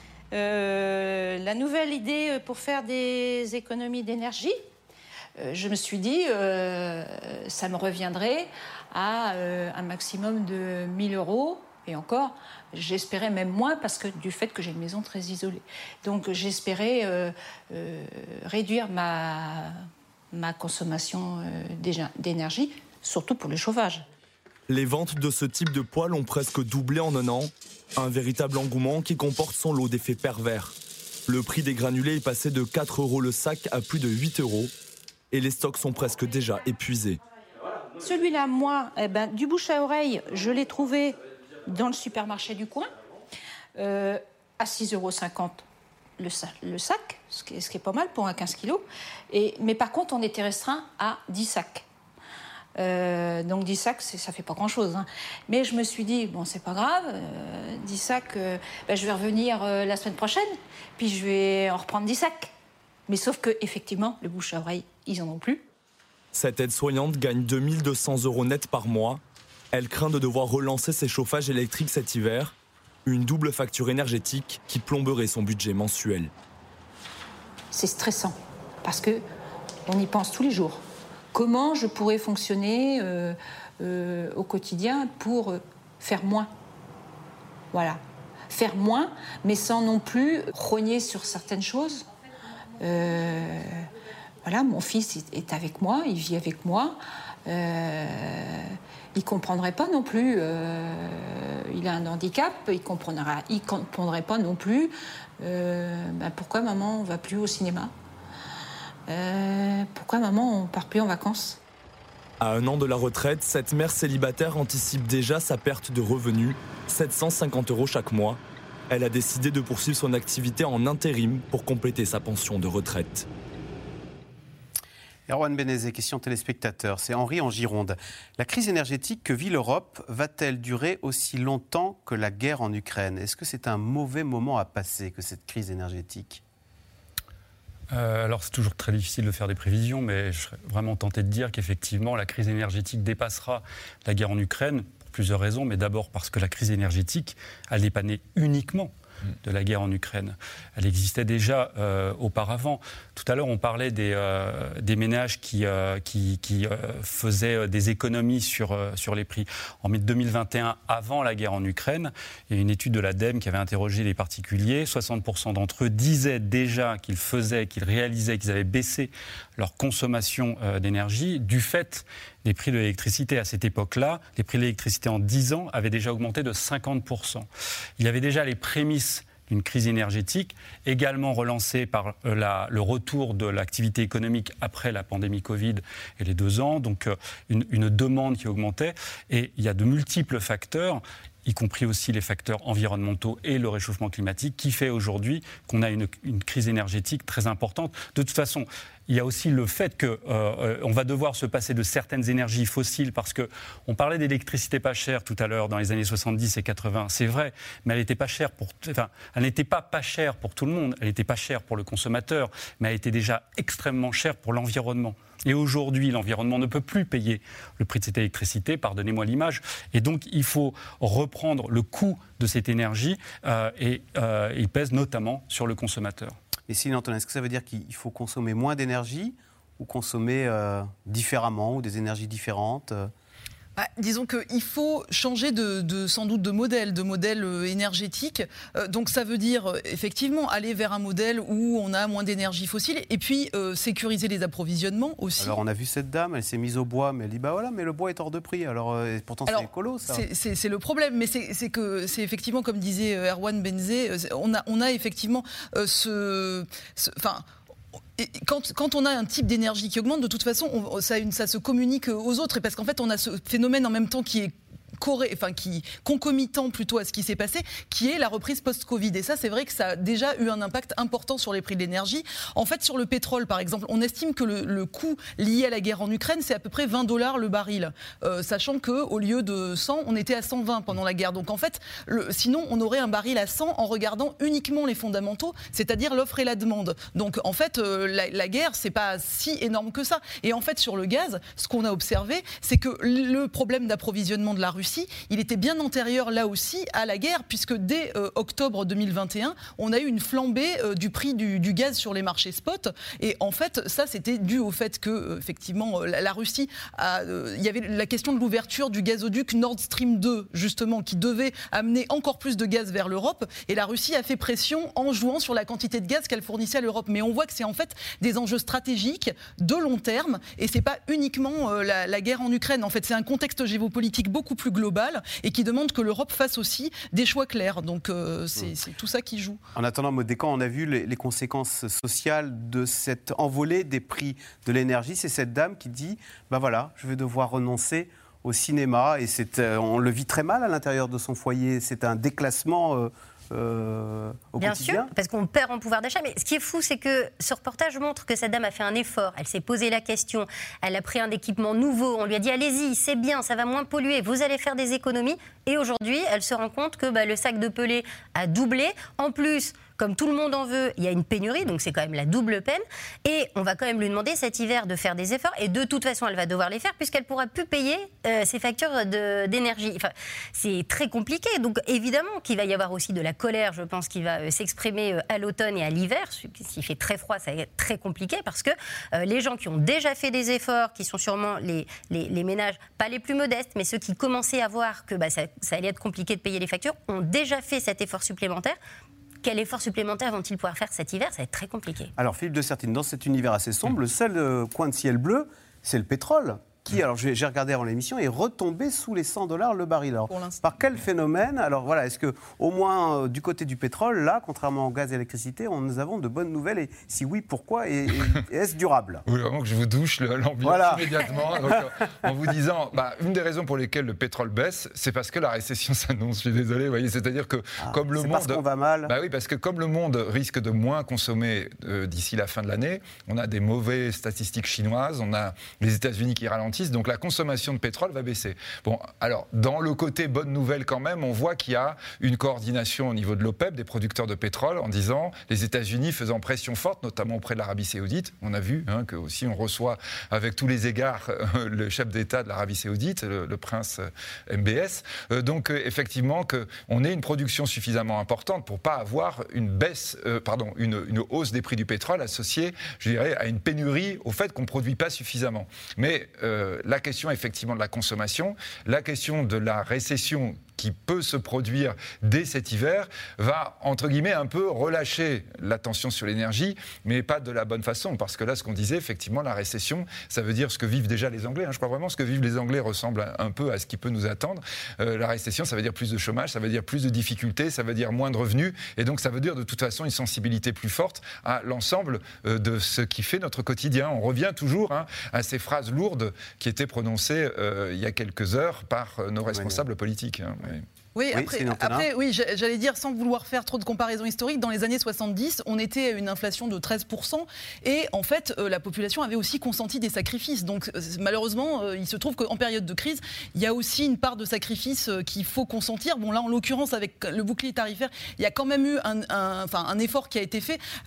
La nouvelle idée pour faire des économies d'énergie, je me suis dit, ça me reviendrait à un maximum de 1 000 €. Et encore, j'espérais même moins parce que du fait que j'ai une maison très isolée. Donc j'espérais réduire ma consommation d'énergie, surtout pour le chauffage. Les ventes de ce type de poêle ont presque doublé en un an. Un véritable engouement qui comporte son lot d'effets pervers. Le prix des granulés est passé de 4 € le sac à plus de 8 €. Et les stocks sont presque déjà épuisés. Celui-là, moi, du bouche à oreille, je l'ai trouvé dans le supermarché du coin, à 6,50 € le sac, ce qui est pas mal pour un 15 kilos. Mais par contre, on était restreint à 10 sacs. Donc 10 sacs, ça fait pas grand-chose. Hein. Mais je me suis dit, bon, c'est pas grave, 10 sacs, je vais revenir la semaine prochaine, puis je vais en reprendre 10 sacs. Mais sauf que, effectivement, le bouche à oreille, ils en ont plus. Cette aide-soignante gagne 2 200 € net par mois. Elle craint de devoir relancer ses chauffages électriques cet hiver. Une double facture énergétique qui plomberait son budget mensuel. C'est stressant, parce qu'on y pense tous les jours. Comment je pourrais fonctionner au quotidien pour faire moins ? Voilà. Faire moins, mais sans non plus rogner sur certaines choses. Voilà, mon fils est avec moi, il vit avec moi. Il ne comprendrait pas non plus. Il a un handicap, il ne comprendrait pas non plus pourquoi maman ne va plus au cinéma. Pourquoi maman, on part plus en vacances ? À 1 an de la retraite, cette mère célibataire anticipe déjà sa perte de revenus, 750 € chaque mois. Elle a décidé de poursuivre son activité en intérim pour compléter sa pension de retraite. Erwan Benezet, question téléspectateur. C'est Henri en Gironde. La crise énergétique que vit l'Europe va-t-elle durer aussi longtemps que la guerre en Ukraine ? Est-ce que c'est un mauvais moment à passer que cette crise énergétique ? Alors c'est toujours très difficile de faire des prévisions, mais je serais vraiment tenté de dire qu'effectivement la crise énergétique dépassera la guerre en Ukraine pour plusieurs raisons, mais d'abord parce que la crise énergétique, elle n'est pas née uniquement de la guerre en Ukraine. Elle existait déjà auparavant. Tout à l'heure, on parlait des ménages qui faisaient des économies sur les prix. En mai 2021, avant la guerre en Ukraine, il y a une étude de l'ADEME qui avait interrogé les particuliers. 60% d'entre eux disaient déjà qu'ils réalisaient qu'ils avaient baissé leur consommation d'énergie du fait des prix de l'électricité. À cette époque-là, les prix de l'électricité en 10 ans avaient déjà augmenté de 50%. Il y avait déjà les prémices d'une crise énergétique, également relancée par le retour de l'activité économique après la pandémie Covid et les 2 ans, donc une demande qui augmentait. Et il y a de multiples facteurs, y compris aussi les facteurs environnementaux et le réchauffement climatique, qui fait aujourd'hui qu'on a une crise énergétique très importante. De toute façon, il y a aussi le fait qu'on va devoir se passer de certaines énergies fossiles parce qu'on parlait d'électricité pas chère tout à l'heure dans les années 70 et 80, c'est vrai, mais elle n'était pas chère elle n'était pas chère pour tout le monde, elle n'était pas chère pour le consommateur, mais elle était déjà extrêmement chère pour l'environnement. Et aujourd'hui, l'environnement ne peut plus payer le prix de cette électricité, pardonnez-moi l'image, et donc il faut reprendre le coût de cette énergie et il pèse notamment sur le consommateur. Mais Céline Antonin, est-ce que ça veut dire qu'il faut consommer moins d'énergie ou consommer différemment ou des énergies différentes disons qu'il faut changer sans doute de modèle énergétique. Donc ça veut dire effectivement aller vers un modèle où on a moins d'énergie fossile et puis sécuriser les approvisionnements aussi. Alors on a vu cette dame, elle s'est mise au bois, mais elle dit bah voilà, mais le bois est hors de prix. Alors pourtant c'est écolo ça. C'est le problème, mais c'est effectivement comme disait Erwan Benzé, on a effectivement quand on a un type d'énergie qui augmente, de toute façon, ça se communique aux autres. Et parce qu'en fait, on a ce phénomène en même temps qui est concomitant plutôt à ce qui s'est passé, qui est la reprise post-Covid. Et ça, c'est vrai que ça a déjà eu un impact important sur les prix de l'énergie. En fait, sur le pétrole, par exemple, on estime que le coût lié à la guerre en Ukraine, c'est à peu près $20 le baril. Sachant qu'au lieu de 100, on était à 120 pendant la guerre. Donc en fait, sinon, on aurait un baril à 100 en regardant uniquement les fondamentaux, c'est-à-dire l'offre et la demande. Donc en fait, la guerre, c'est pas si énorme que ça. Et en fait, sur le gaz, ce qu'on a observé, c'est que le problème d'approvisionnement de la Russie, il était bien antérieur là aussi à la guerre, puisque dès octobre 2021, on a eu une flambée du prix du gaz sur les marchés spot. Et en fait, ça, c'était dû au fait que, effectivement, la Russie il y avait la question de l'ouverture du gazoduc Nord Stream 2, justement, qui devait amener encore plus de gaz vers l'Europe. Et la Russie a fait pression en jouant sur la quantité de gaz qu'elle fournissait à l'Europe. Mais on voit que c'est en fait des enjeux stratégiques de long terme. Et c'est pas uniquement la guerre en Ukraine. En fait, c'est un contexte géopolitique beaucoup plus global et qui demande que l'Europe fasse aussi des choix clairs. Donc c'est tout ça qui joue. En attendant, Maud Descamps, on a vu les conséquences sociales de cette envolée des prix de l'énergie. C'est cette dame qui dit, ben voilà, je vais devoir renoncer au cinéma. Et on le vit très mal à l'intérieur de son foyer. C'est un déclassement au Bien quotidien. sûr, parce qu'on perd en pouvoir d'achat. Mais ce qui est fou, c'est que ce reportage montre que cette dame a fait un effort. Elle s'est posé la question. Elle a pris un équipement nouveau. On lui a dit, allez-y, c'est bien, ça va moins polluer. Vous allez faire des économies. Et aujourd'hui, elle se rend compte que le sac de Pelé a doublé. En plus, comme tout le monde en veut, il y a une pénurie, donc c'est quand même la double peine. Et on va quand même lui demander cet hiver de faire des efforts. Et de toute façon, elle va devoir les faire puisqu'elle ne pourra plus payer ses factures d'énergie. Enfin, c'est très compliqué. Donc évidemment qu'il va y avoir aussi de la colère, je pense, qui va s'exprimer à l'automne et à l'hiver. S'il fait très froid, ça va être très compliqué parce que les gens qui ont déjà fait des efforts, qui sont sûrement les ménages, pas les plus modestes, mais ceux qui commençaient à voir que ça allait être compliqué de payer les factures, ont déjà fait cet effort supplémentaire. Quel effort supplémentaire vont-ils pouvoir faire cet hiver ? Ça va être très compliqué. Alors Philippe de Sertine, dans cet univers assez sombre, le seul coin de ciel bleu, c'est le pétrole. Qui, alors j'ai regardé avant l'émission, est retombé sous les $100 le baril. Alors, par quel phénomène ? Alors voilà, est-ce que au moins du côté du pétrole, là, contrairement au gaz et à l'électricité, nous avons de bonnes nouvelles ? Et si oui, pourquoi ? Et est-ce durable ? Oui, vraiment que je vous douche l'ambiance immédiatement. Donc, en vous disant, une des raisons pour lesquelles le pétrole baisse, c'est parce que la récession s'annonce. Je suis désolé, vous voyez, c'est-à-dire que comme le monde, parce qu'on va mal. Oui, parce que comme le monde risque de moins consommer d'ici la fin de l'année, on a des mauvaises statistiques chinoises, on a les États-Unis qui ralentissent. Donc la consommation de pétrole va baisser. Bon, alors, dans le côté bonne nouvelle quand même, on voit qu'il y a une coordination au niveau de l'OPEP, des producteurs de pétrole, en disant, les États-Unis faisant pression forte, notamment auprès de l'Arabie Saoudite. On a vu que aussi on reçoit avec tous les égards le chef d'État de l'Arabie Saoudite, le prince MBS. Donc effectivement, qu'on ait une production suffisamment importante pour pas avoir une hausse des prix du pétrole associée, je dirais, à une pénurie, au fait qu'on produit pas suffisamment. Mais la question effectivement de la consommation, la question de la récession qui peut se produire dès cet hiver, va, entre guillemets, un peu relâcher l'attention sur l'énergie, mais pas de la bonne façon. Parce que là, ce qu'on disait, effectivement, la récession, ça veut dire ce que vivent déjà les Anglais. Je crois vraiment que ce que vivent les Anglais ressemble un peu à ce qui peut nous attendre. La récession, ça veut dire plus de chômage, ça veut dire plus de difficultés, ça veut dire moins de revenus. Et donc, ça veut dire de toute façon une sensibilité plus forte à l'ensemble de ce qui fait notre quotidien. On revient toujours à ces phrases lourdes qui étaient prononcées il y a quelques heures par nos responsables politiques. Oui, après, j'allais dire, sans vouloir faire trop de comparaisons historiques, dans les années 70, on était à une inflation de 13%, et en fait, la population avait aussi consenti des sacrifices. Donc, malheureusement, il se trouve qu'en période de crise, il y a aussi une part de sacrifice qu'il faut consentir. Bon, là, en l'occurrence, avec le bouclier tarifaire, il y a quand même eu un effort qui a été fait. Alors,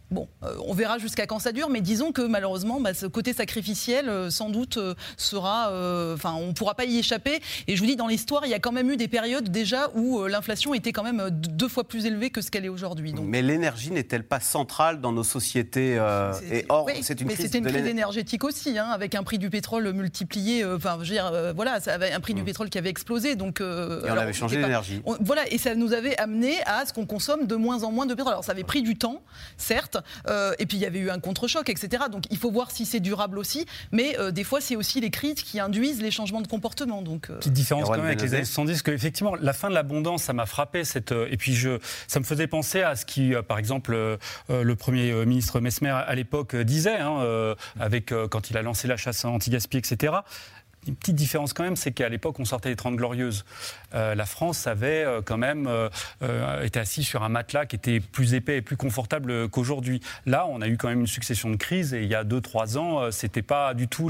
Bon, on verra jusqu'à quand ça dure, mais disons que malheureusement, ce côté sacrificiel, sans doute, sera... on ne pourra pas y échapper. Et je vous dis, dans l'histoire, il y a quand même eu des périodes déjà où l'inflation était quand même 2 fois plus élevée que ce qu'elle est aujourd'hui. Donc. Mais l'énergie n'est-elle pas centrale dans nos sociétés c'est une crise. Mais c'était une crise énergétique aussi, avec un prix du pétrole multiplié. Ça avait un prix du pétrole qui avait explosé. Donc, et on avait changé l'énergie. Voilà, et ça nous avait amené à ce qu'on consomme de moins en moins de pétrole. Alors, ça avait pris du temps, certes. Et puis il y avait eu un contre-choc, etc. Donc il faut voir si c'est durable aussi. Mais des fois, c'est aussi les crises qui induisent les changements de comportement. Donc, petite différence quand même avec les années 70, que effectivement, la fin de l'abondance, ça m'a frappé. Et puis ça me faisait penser à ce qui, par exemple, le Premier ministre Messmer à l'époque disait, quand il a lancé la chasse anti-gaspi, etc. Une petite différence quand même, c'est qu'à l'époque, on sortait des 30 Glorieuses. La France avait quand même été assise sur un matelas qui était plus épais et plus confortable qu'aujourd'hui. Là, on a eu quand même une succession de crises et il y a 2-3 ans, c'était pas du tout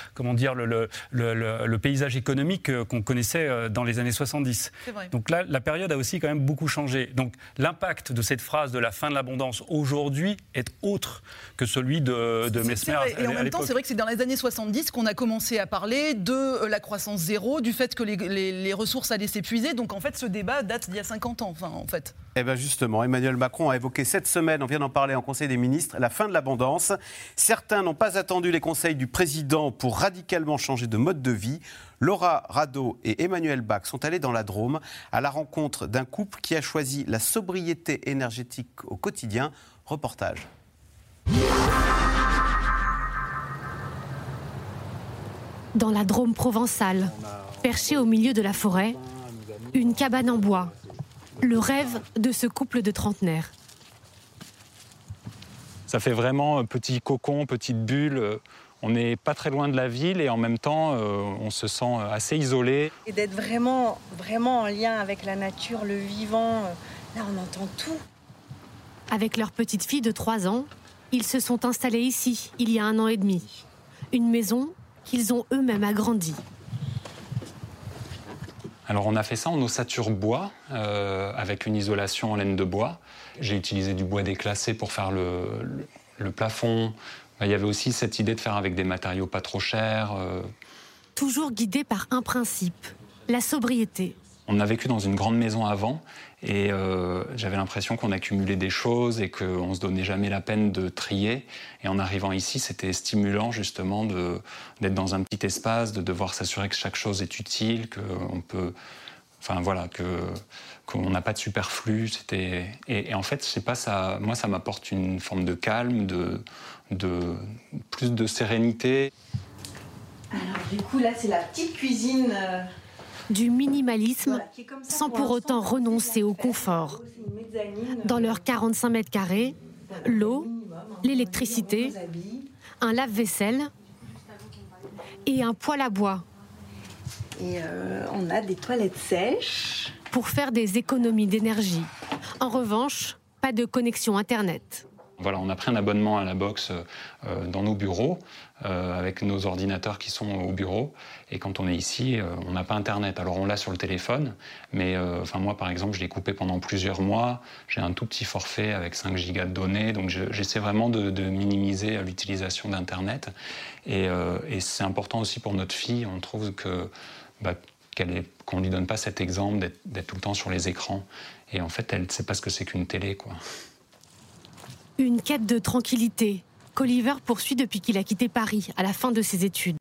le paysage économique qu'on connaissait dans les années 70. C'est vrai. Donc là, la période a aussi quand même beaucoup changé. Donc l'impact de cette phrase de la fin de l'abondance aujourd'hui est autre que celui de Messmer à l'époque. Et en même temps, c'est vrai que c'est dans les années 70 qu'on a commencé à parler de la croissance zéro, du fait que les ressources allaient s'épuiser. Donc en fait, ce débat date d'il y a 50 ans. Eh bien justement, Emmanuel Macron a évoqué cette semaine, on vient d'en parler en Conseil des ministres, la fin de l'abondance. Certains n'ont pas attendu les conseils du président pour radicalement changer de mode de vie. Laura Rado et Emmanuel Bach sont allés dans la Drôme à la rencontre d'un couple qui a choisi la sobriété énergétique au quotidien. Reportage. Dans la Drôme provençale, perchée au milieu de la forêt, une cabane en bois, le rêve de ce couple de trentenaires. Ça fait vraiment petit cocon, petite bulle. On n'est pas très loin de la ville et en même temps, on se sent assez isolé. Et d'être vraiment en lien avec la nature, le vivant, là on entend tout. Avec leur petite fille de 3 ans, ils se sont installés ici, il y a 1 an et demi. Une maison qu'ils ont eux-mêmes agrandie. Alors on a fait ça en ossature bois, avec une isolation en laine de bois. J'ai utilisé du bois déclassé pour faire le plafond. Il y avait aussi cette idée de faire avec des matériaux pas trop chers. Toujours guidé par un principe, la sobriété. On a vécu dans une grande maison avant et j'avais l'impression qu'on accumulait des choses et qu'on ne se donnait jamais la peine de trier. Et en arrivant ici, c'était stimulant justement d'être dans un petit espace, de devoir s'assurer que chaque chose est utile, qu'on peut... Enfin voilà, qu'on n'a pas de superflu. Et en fait, je sais pas, moi ça m'apporte une forme de calme, plus de sérénité. Alors du coup là c'est la petite cuisine... Du minimalisme, sans pour autant renoncer au confort. Dans leurs 45 mètres carrés, l'eau, l'électricité, un lave-vaisselle et un poêle à bois. Et on a des toilettes sèches. Pour faire des économies d'énergie. En revanche, pas de connexion Internet. Voilà, on a pris un abonnement à la box dans nos bureaux, avec nos ordinateurs qui sont au bureau. Et quand on est ici, on n'a pas Internet. Alors on l'a sur le téléphone, mais moi par exemple, je l'ai coupé pendant plusieurs mois. J'ai un tout petit forfait avec 5 gigas de données, donc j'essaie vraiment de minimiser l'utilisation d'Internet. Et c'est important aussi pour notre fille, on trouve qu'on ne lui donne pas cet exemple d'être tout le temps sur les écrans. Et en fait, elle ne sait pas ce que c'est qu'une télé, quoi. Une quête de tranquillité qu'Oliver poursuit depuis qu'il a quitté Paris à la fin de ses études.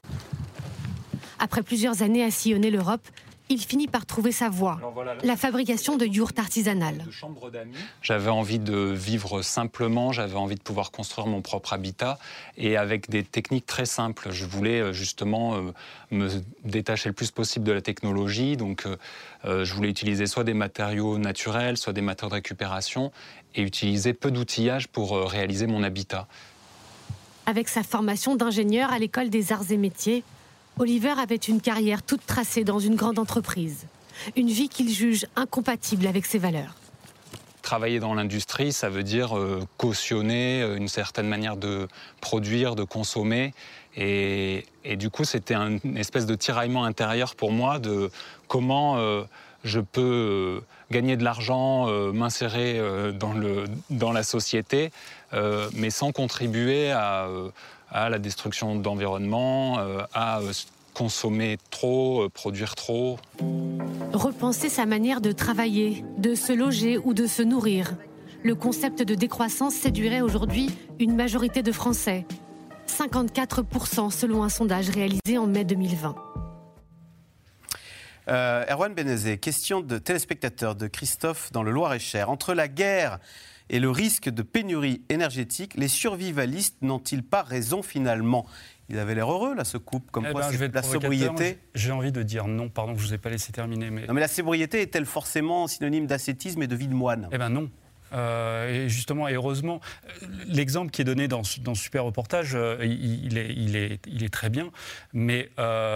Après plusieurs années à sillonner l'Europe, il finit par trouver sa voie, la fabrication de yourtes artisanales. J'avais envie de vivre simplement, j'avais envie de pouvoir construire mon propre habitat et avec des techniques très simples. Je voulais justement me détacher le plus possible de la technologie, donc je voulais utiliser soit des matériaux naturels, soit des matériaux de récupération et utiliser peu d'outillage pour réaliser mon habitat. Avec sa formation d'ingénieur à l'école des arts et métiers, Oliver avait une carrière toute tracée dans une grande entreprise. Une vie qu'il juge incompatible avec ses valeurs. Travailler dans l'industrie, ça veut dire cautionner une certaine manière de produire, de consommer. Et du coup, c'était une espèce de tiraillement intérieur pour moi de comment je peux gagner de l'argent, m'insérer dans la société, mais sans contribuer à la destruction d'environnement, à consommer trop, produire trop. Repenser sa manière de travailler, de se loger ou de se nourrir. Le concept de décroissance séduirait aujourd'hui une majorité de Français. 54% selon un sondage réalisé en mai 2020. Erwan Benezet, question de téléspectateur de Christophe dans le Loir-et-Cher. Entre la guerre et le risque de pénurie énergétique, les survivalistes n'ont-ils pas raison finalement ? Il avait l'air heureux, là, ce couple, comme quoi c'est la sobriété. J'ai envie de dire non, pardon, je ne vous ai pas laissé terminer. Non, mais la sobriété est-elle forcément synonyme d'ascétisme et de vie de moine ? Eh bien non. Et justement, et heureusement, l'exemple qui est donné dans ce super reportage, il est très bien, mais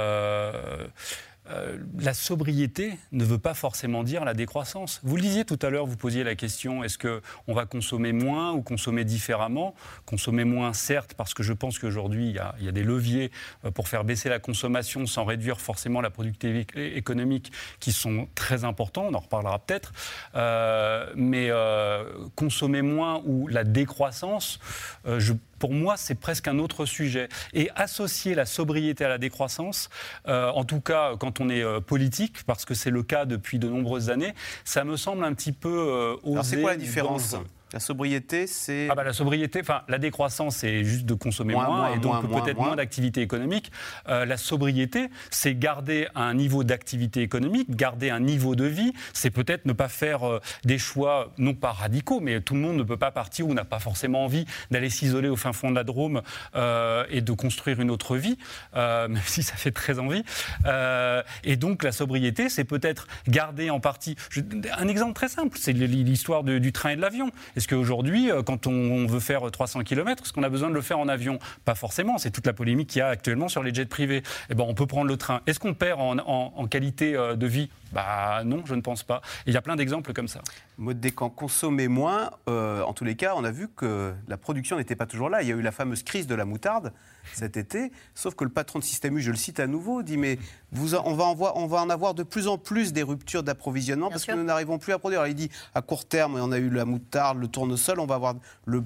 la sobriété ne veut pas forcément dire la décroissance. Vous le disiez tout à l'heure, vous posiez la question, est-ce qu'on va consommer moins ou consommer différemment ? Consommer moins, certes, parce que je pense qu'aujourd'hui, il y a des leviers pour faire baisser la consommation sans réduire forcément la productivité économique qui sont très importants, on en reparlera peut-être. Mais consommer moins ou la décroissance, pour moi, c'est presque un autre sujet. Et associer la sobriété à la décroissance, en tout cas quand on est politique, parce que c'est le cas depuis de nombreuses années, ça me semble un petit peu osé. Alors c'est quoi la différence ? La sobriété, c'est... la sobriété, la décroissance, c'est juste de consommer moins et donc peut-être moins d'activité économique. La sobriété, c'est garder un niveau d'activité économique, garder un niveau de vie. C'est peut-être ne pas faire des choix, non pas radicaux, mais tout le monde ne peut pas partir ou n'a pas forcément envie d'aller s'isoler au fin fond de la Drôme et de construire une autre vie, même si ça fait très envie. Et donc la sobriété, c'est peut-être garder en partie... Un exemple très simple, c'est l'histoire du train et de l'avion. Est-ce qu'aujourd'hui, quand on veut faire 300 km, est-ce qu'on a besoin de le faire en avion ? Pas forcément, c'est toute la polémique qu'il y a actuellement sur les jets privés. Eh ben, on peut prendre le train. Est-ce qu'on perd en qualité de vie ? Non, je ne pense pas. Et il y a plein d'exemples comme ça. Maud Descamps, consommer moins, en tous les cas, on a vu que la production n'était pas toujours là. Il y a eu la fameuse crise de la moutarde cet été, sauf que le patron de Système U, je le cite à nouveau, dit mais on va en avoir de plus en plus des ruptures d'approvisionnement parce que nous n'arrivons plus à produire. Alors, il dit à court terme, on a eu la moutarde, le tournesol, on va avoir le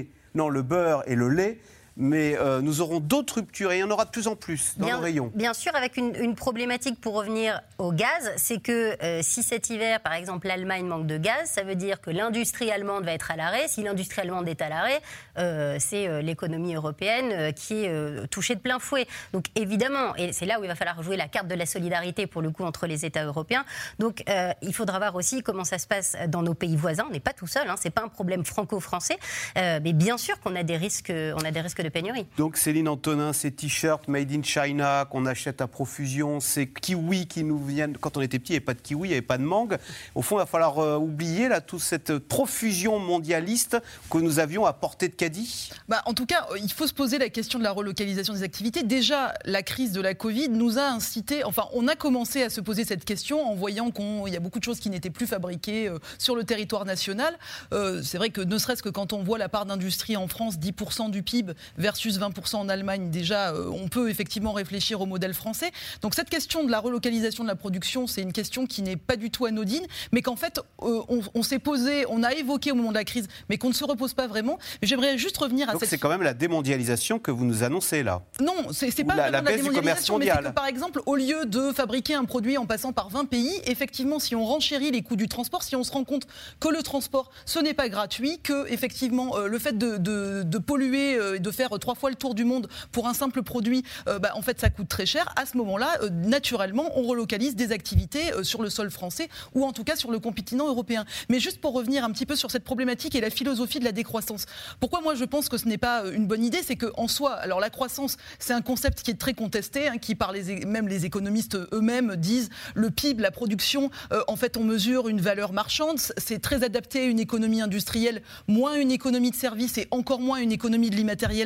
beurre et le lait. Mais nous aurons d'autres ruptures et il y en aura de plus en plus dans nos rayons. Bien sûr, avec une problématique pour revenir au gaz, c'est que si cet hiver, par exemple, l'Allemagne manque de gaz, ça veut dire que l'industrie allemande va être à l'arrêt. Si l'industrie allemande est à l'arrêt, c'est l'économie européenne qui est touchée de plein fouet. Donc évidemment, et c'est là où il va falloir jouer la carte de la solidarité pour le coup entre les États européens. Donc il faudra voir aussi comment ça se passe dans nos pays voisins. On n'est pas tout seul, c'est pas un problème franco-français, mais bien sûr qu'on a des risques, de pénurie. Donc Céline Antonin, ces t-shirts made in China qu'on achète à profusion, ces kiwis qui nous viennent... Quand on était petit, il n'y avait pas de kiwi, il n'y avait pas de mangue. Au fond, il va falloir oublier là, toute cette profusion mondialiste que nous avions à portée de caddie. En tout cas, il faut se poser la question de la relocalisation des activités. Déjà, la crise de la Covid nous a incité... on a commencé à se poser cette question en voyant qu'il y a beaucoup de choses qui n'étaient plus fabriquées sur le territoire national. C'est vrai que ne serait-ce que quand on voit la part d'industrie en France, 10% du PIB, versus 20% en Allemagne, déjà, on peut effectivement réfléchir au modèle français. Donc cette question de la relocalisation de la production, c'est une question qui n'est pas du tout anodine, mais qu'en fait, on s'est posé, on a évoqué au moment de la crise, mais qu'on ne se repose pas vraiment. Mais j'aimerais juste revenir à Donc c'est quand même la démondialisation que vous nous annoncez là. Non, c'est pas la baisse du commerce mondial. Mais c'est que, par exemple, au lieu de fabriquer un produit en passant par 20 pays, effectivement, si on renchérit les coûts du transport, si on se rend compte que le transport, ce n'est pas gratuit, que effectivement, le fait de polluer, de faire 3 fois le tour du monde pour un simple produit, en fait, ça coûte très cher. À ce moment-là, naturellement, on relocalise des activités sur le sol français ou en tout cas sur le continent européen. Mais juste pour revenir un petit peu sur cette problématique et la philosophie de la décroissance. Pourquoi moi je pense que ce n'est pas une bonne idée, c'est qu'en soi, alors la croissance, c'est un concept qui est très contesté, qui par même les économistes eux-mêmes disent le PIB, la production, en fait, on mesure une valeur marchande. C'est très adapté à une économie industrielle, moins une économie de services et encore moins une économie de l'immatériel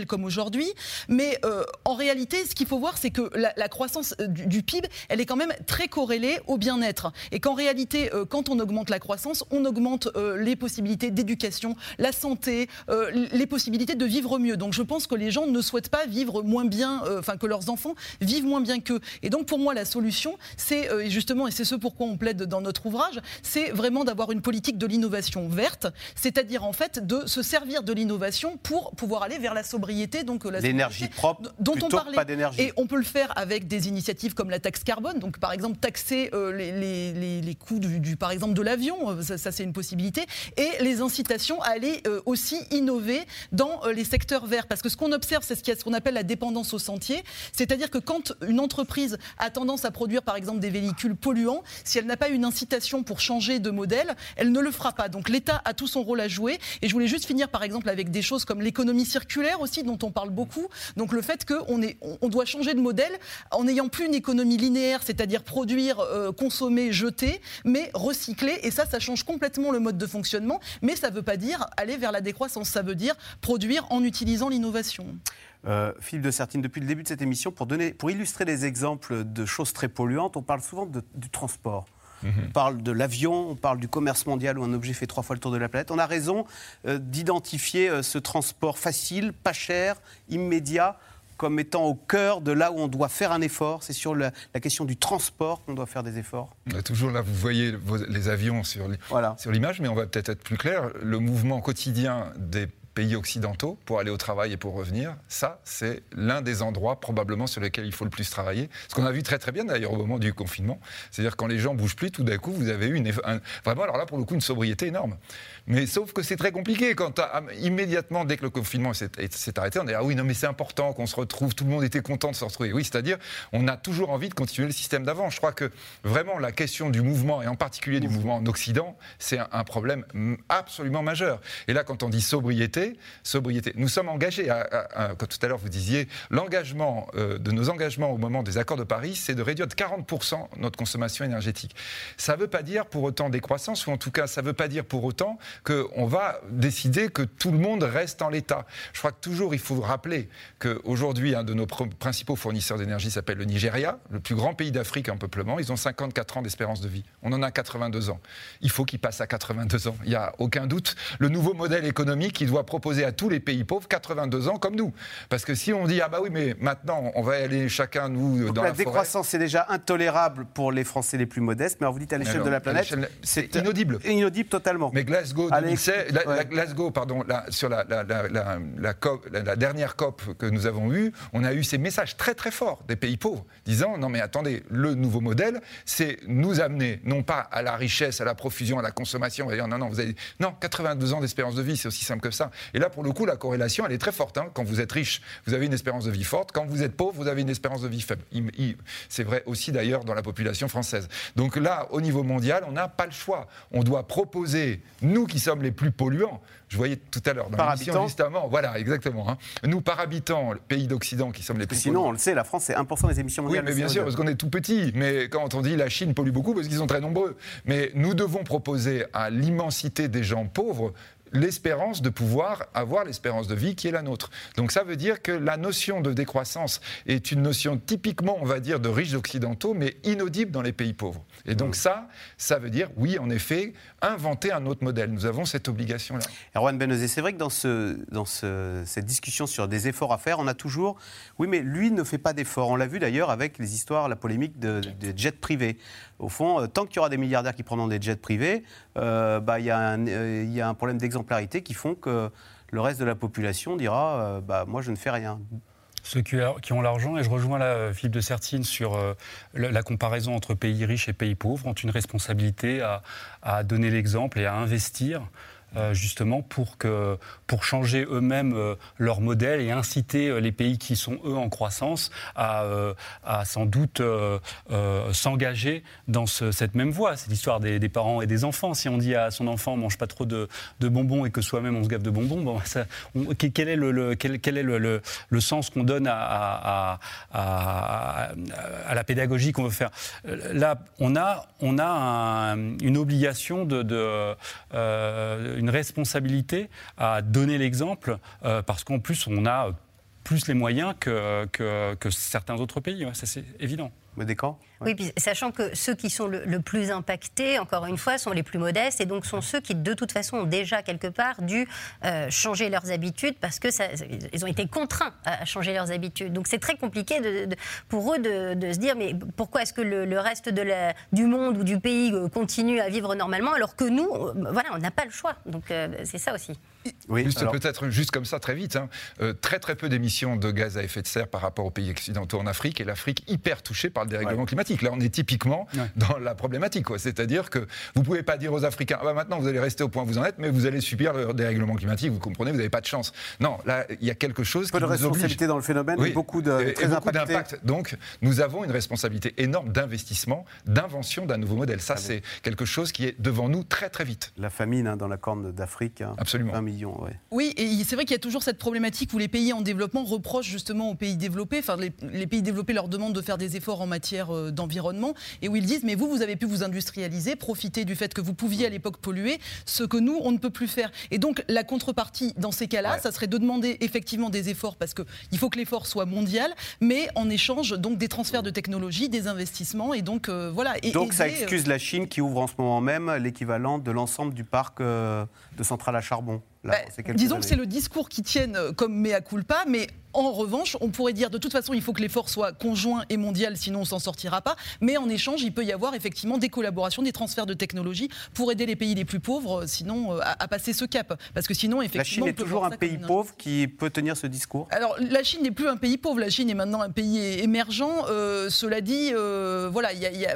comme aujourd'hui. Mais en réalité, ce qu'il faut voir, c'est que la croissance du PIB, elle est quand même très corrélée au bien-être. Et qu'en réalité, quand on augmente la croissance, on augmente les possibilités d'éducation, la santé, les possibilités de vivre mieux. Donc je pense que les gens ne souhaitent pas vivre moins bien, que leurs enfants vivent moins bien qu'eux. Et donc pour moi, la solution, c'est justement, et c'est ce pourquoi on plaide dans notre ouvrage, c'est vraiment d'avoir une politique de l'innovation verte, c'est-à-dire en fait de se servir de l'innovation pour pouvoir aller vers la sobriété, donc l'énergie propre, dont plutôt on parlait. Pas d'énergie. Et on peut le faire avec des initiatives comme la taxe carbone, donc par exemple taxer les coûts par exemple de l'avion, ça c'est une possibilité, et les incitations à aller aussi innover dans les secteurs verts, parce que ce qu'on observe, c'est ce qu'on appelle la dépendance au sentier, c'est-à-dire que quand une entreprise a tendance à produire par exemple des véhicules polluants, si elle n'a pas une incitation pour changer de modèle, elle ne le fera pas. Donc l'État a tout son rôle à jouer, et je voulais juste finir par exemple avec des choses comme l'économie circulaire aussi, dont on parle beaucoup, donc le fait qu'on doit changer de modèle en n'ayant plus une économie linéaire, c'est-à-dire produire, consommer, jeter, mais recycler, et ça change complètement le mode de fonctionnement, mais ça ne veut pas dire aller vers la décroissance, ça veut dire produire en utilisant l'innovation. Philippe de Sertine, depuis le début de cette émission, pour illustrer des exemples de choses très polluantes, on parle souvent du transport. On parle de l'avion, on parle du commerce mondial où un objet fait 3 fois le tour de la planète. On a raison d'identifier ce transport facile, pas cher, immédiat, comme étant au cœur de là où on doit faire un effort. C'est sur la question du transport qu'on doit faire des efforts. Toujours là, vous voyez les avions sur l'image, mais on va peut-être être plus clair. Le mouvement quotidien des pays occidentaux pour aller au travail et pour revenir, ça, c'est l'un des endroits probablement sur lesquels il faut le plus travailler. Ce qu'on a vu très très bien d'ailleurs au moment du confinement, c'est-à-dire quand les gens bougent plus, tout d'un coup, vous avez eu vraiment, alors là pour le coup, une sobriété énorme. Mais sauf que c'est très compliqué quand immédiatement, dès que le confinement s'est arrêté, on est ah oui, non mais c'est important qu'on se retrouve, tout le monde était content de se retrouver. Oui, c'est-à-dire, on a toujours envie de continuer le système d'avant. Je crois que vraiment la question du mouvement, et en particulier du mouvement en Occident, c'est un problème absolument majeur. Et là, quand on dit sobriété, nous sommes engagés, comme tout à l'heure vous disiez, l'engagement de nos engagements au moment des accords de Paris, c'est de réduire de 40% notre consommation énergétique. Ça ne veut pas dire pour autant décroissance, ou en tout cas, ça ne veut pas dire pour autant qu'on va décider que tout le monde reste en l'état. Je crois que toujours, il faut rappeler qu'aujourd'hui, un de nos principaux fournisseurs d'énergie s'appelle le Nigeria, le plus grand pays d'Afrique en peuplement. Ils ont 54 ans d'espérance de vie. On en a 82 ans. Il faut qu'ils passent à 82 ans. Il n'y a aucun doute. Le nouveau modèle économique, il doit proposer à tous les pays pauvres 82 ans comme nous. Parce que si on dit, ah bah oui, mais maintenant, on va aller chacun, nous, donc dans la forêt. La décroissance, c'est déjà intolérable pour les Français les plus modestes, mais alors vous dites à l'échelle de la planète, c'est inaudible. Inaudible totalement. Mais Glasgow, Glasgow, pardon, sur la dernière COP que nous avons eue, on a eu ces messages très très forts des pays pauvres, disant, non mais attendez, le nouveau modèle, c'est nous amener, non pas à la richesse, à la profusion, à la consommation, on va dire, non, 82 ans d'espérance de vie, c'est aussi simple que ça. Et là, pour le coup, la corrélation, elle est très forte. Quand vous êtes riche, vous avez une espérance de vie forte. Quand vous êtes pauvre, vous avez une espérance de vie faible. C'est vrai aussi, d'ailleurs, dans la population française. Donc là, au niveau mondial, on n'a pas le choix. On doit proposer, nous qui sommes les plus polluants, je voyais tout à l'heure dans l'émission, justement, voilà, exactement. Nous, par habitant, le pays d'Occident qui sommes les plus polluants. Sinon, on le sait, la France, c'est 1% des émissions mondiales. Oui, mais bien sûr, parce qu'on est tout petit. Mais quand on dit la Chine pollue beaucoup, parce qu'ils sont très nombreux. Mais nous devons proposer à l'immensité des gens pauvres l'espérance de pouvoir avoir l'espérance de vie qui est la nôtre. Donc ça veut dire que la notion de décroissance est une notion typiquement, on va dire, de riches occidentaux, mais inaudible dans les pays pauvres. Et donc ça veut dire, oui, en effet, inventer un autre modèle. Nous avons cette obligation-là. Erwan Benezet, c'est vrai que dans cette discussion sur des efforts à faire, on a toujours, oui, mais lui ne fait pas d'efforts. On l'a vu d'ailleurs avec les histoires, la polémique des jets privés. Au fond, tant qu'il y aura des milliardaires qui prendront des jets privés, y a un problème d'exemplarité qui font que le reste de la population dira moi je ne fais rien. Ceux qui ont l'argent, et je rejoins là Philippe de Sertine sur la comparaison entre pays riches et pays pauvres, ont une responsabilité à donner l'exemple et à investir. Justement pour changer eux-mêmes leur modèle et inciter les pays qui sont eux en croissance à sans doute s'engager dans cette même voie. C'est l'histoire des parents et des enfants. Si on dit à son enfant mange pas trop de bonbons et que soi-même on se gave de bonbons, quel est le sens qu'on donne à la pédagogie qu'on veut faire? Là, on a une obligation une responsabilité à donner l'exemple, parce qu'en plus on a plus les moyens que certains autres pays. Ouais, ça, c'est évident. Des camps. Oui, puis sachant que ceux qui sont le plus impactés, encore une fois, sont les plus modestes et donc sont ceux qui, de toute façon, ont déjà quelque part dû changer leurs habitudes parce qu'ils ont été contraints à changer leurs habitudes. Donc c'est très compliqué pour eux de se dire mais pourquoi est-ce que le reste du monde ou du pays continue à vivre normalement alors que nous, voilà, on n'a pas le choix. Donc c'est ça aussi. Oui, peut-être juste comme ça très vite. Très très peu d'émissions de gaz à effet de serre par rapport aux pays occidentaux en Afrique et l'Afrique hyper touchée par le dérèglement climatique. Là, on est typiquement dans la problématique. C'est-à-dire que vous ne pouvez pas dire aux Africains maintenant vous allez rester au point où vous en êtes, mais vous allez subir le dérèglement climatique. Vous comprenez, vous n'avez pas de chance. Non, là, il y a quelque chose qui nous oblige. Peu de responsabilité dans le phénomène et beaucoup d'impact. Donc, nous avons une responsabilité énorme d'investissement, d'invention d'un nouveau modèle. Ça, c'est quelque chose qui est devant nous très très vite. La famine dans la Corne d'Afrique. Absolument. 20 millions, Oui, et c'est vrai qu'il y a toujours cette problématique où les pays en développement reprochent justement aux pays développés, enfin les pays développés leur demandent de faire des efforts en matière d'environnement, et où ils disent mais vous avez pu vous industrialiser, profiter du fait que vous pouviez à l'époque polluer, ce que nous on ne peut plus faire. Et donc la contrepartie dans ces cas-là, ça serait de demander effectivement des efforts parce qu'il faut que l'effort soit mondial, mais en échange donc des transferts de technologie, des investissements, et donc voilà. Donc ça excuse la Chine qui ouvre en ce moment même l'équivalent de l'ensemble du parc de centrales à charbon. Là, disons que c'est le discours qui tienne comme mea culpa, mais en revanche, on pourrait dire de toute façon il faut que l'effort soit conjoint et mondial, sinon on s'en sortira pas. Mais en échange, il peut y avoir effectivement des collaborations, des transferts de technologie pour aider les pays les plus pauvres, sinon à passer ce cap. Parce que sinon, effectivement, la Chine est toujours un pays pauvre qui peut tenir ce discours. Alors la Chine n'est plus un pays pauvre, la Chine est maintenant un pays émergent. Cela dit, voilà,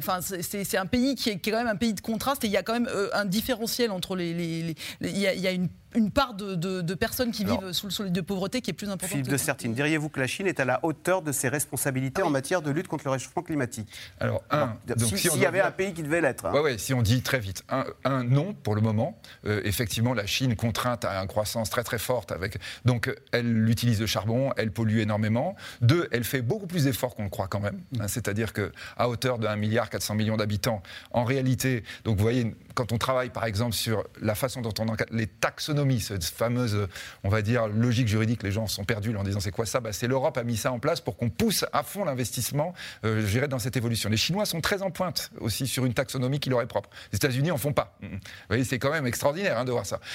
c'est un pays qui est quand même un pays de contraste et il y a quand même un différentiel entre il y a une part de personnes qui vivent sous le seuil de pauvreté qui est plus importante. Philippe de Sertine, diriez-vous que la Chine est à la hauteur de ses responsabilités en matière de lutte contre le réchauffement climatique ? Alors, s'il y avait un pays qui devait l'être. Oui, si on dit très vite. Un non, pour le moment. Effectivement, la Chine, contrainte à une croissance très très forte. Donc, elle utilise le charbon, elle pollue énormément. 2, elle fait beaucoup plus d'efforts qu'on le croit quand même. C'est-à-dire qu'à hauteur de 1,4 milliard d'habitants, en réalité, donc vous voyez, quand on travaille par exemple sur la façon dont on encadre les taxonomies, cette fameuse, on va dire, logique juridique, les gens sont perdus en disant c'est quoi ça ? C'est l'Europe a mis ça en place pour qu'on pousse à fond l'investissement, je dirais, dans cette évolution. Les Chinois sont très en pointe aussi sur une taxonomie qui leur est propre. Les États-Unis en font pas. Vous voyez, c'est quand même extraordinaire de voir ça.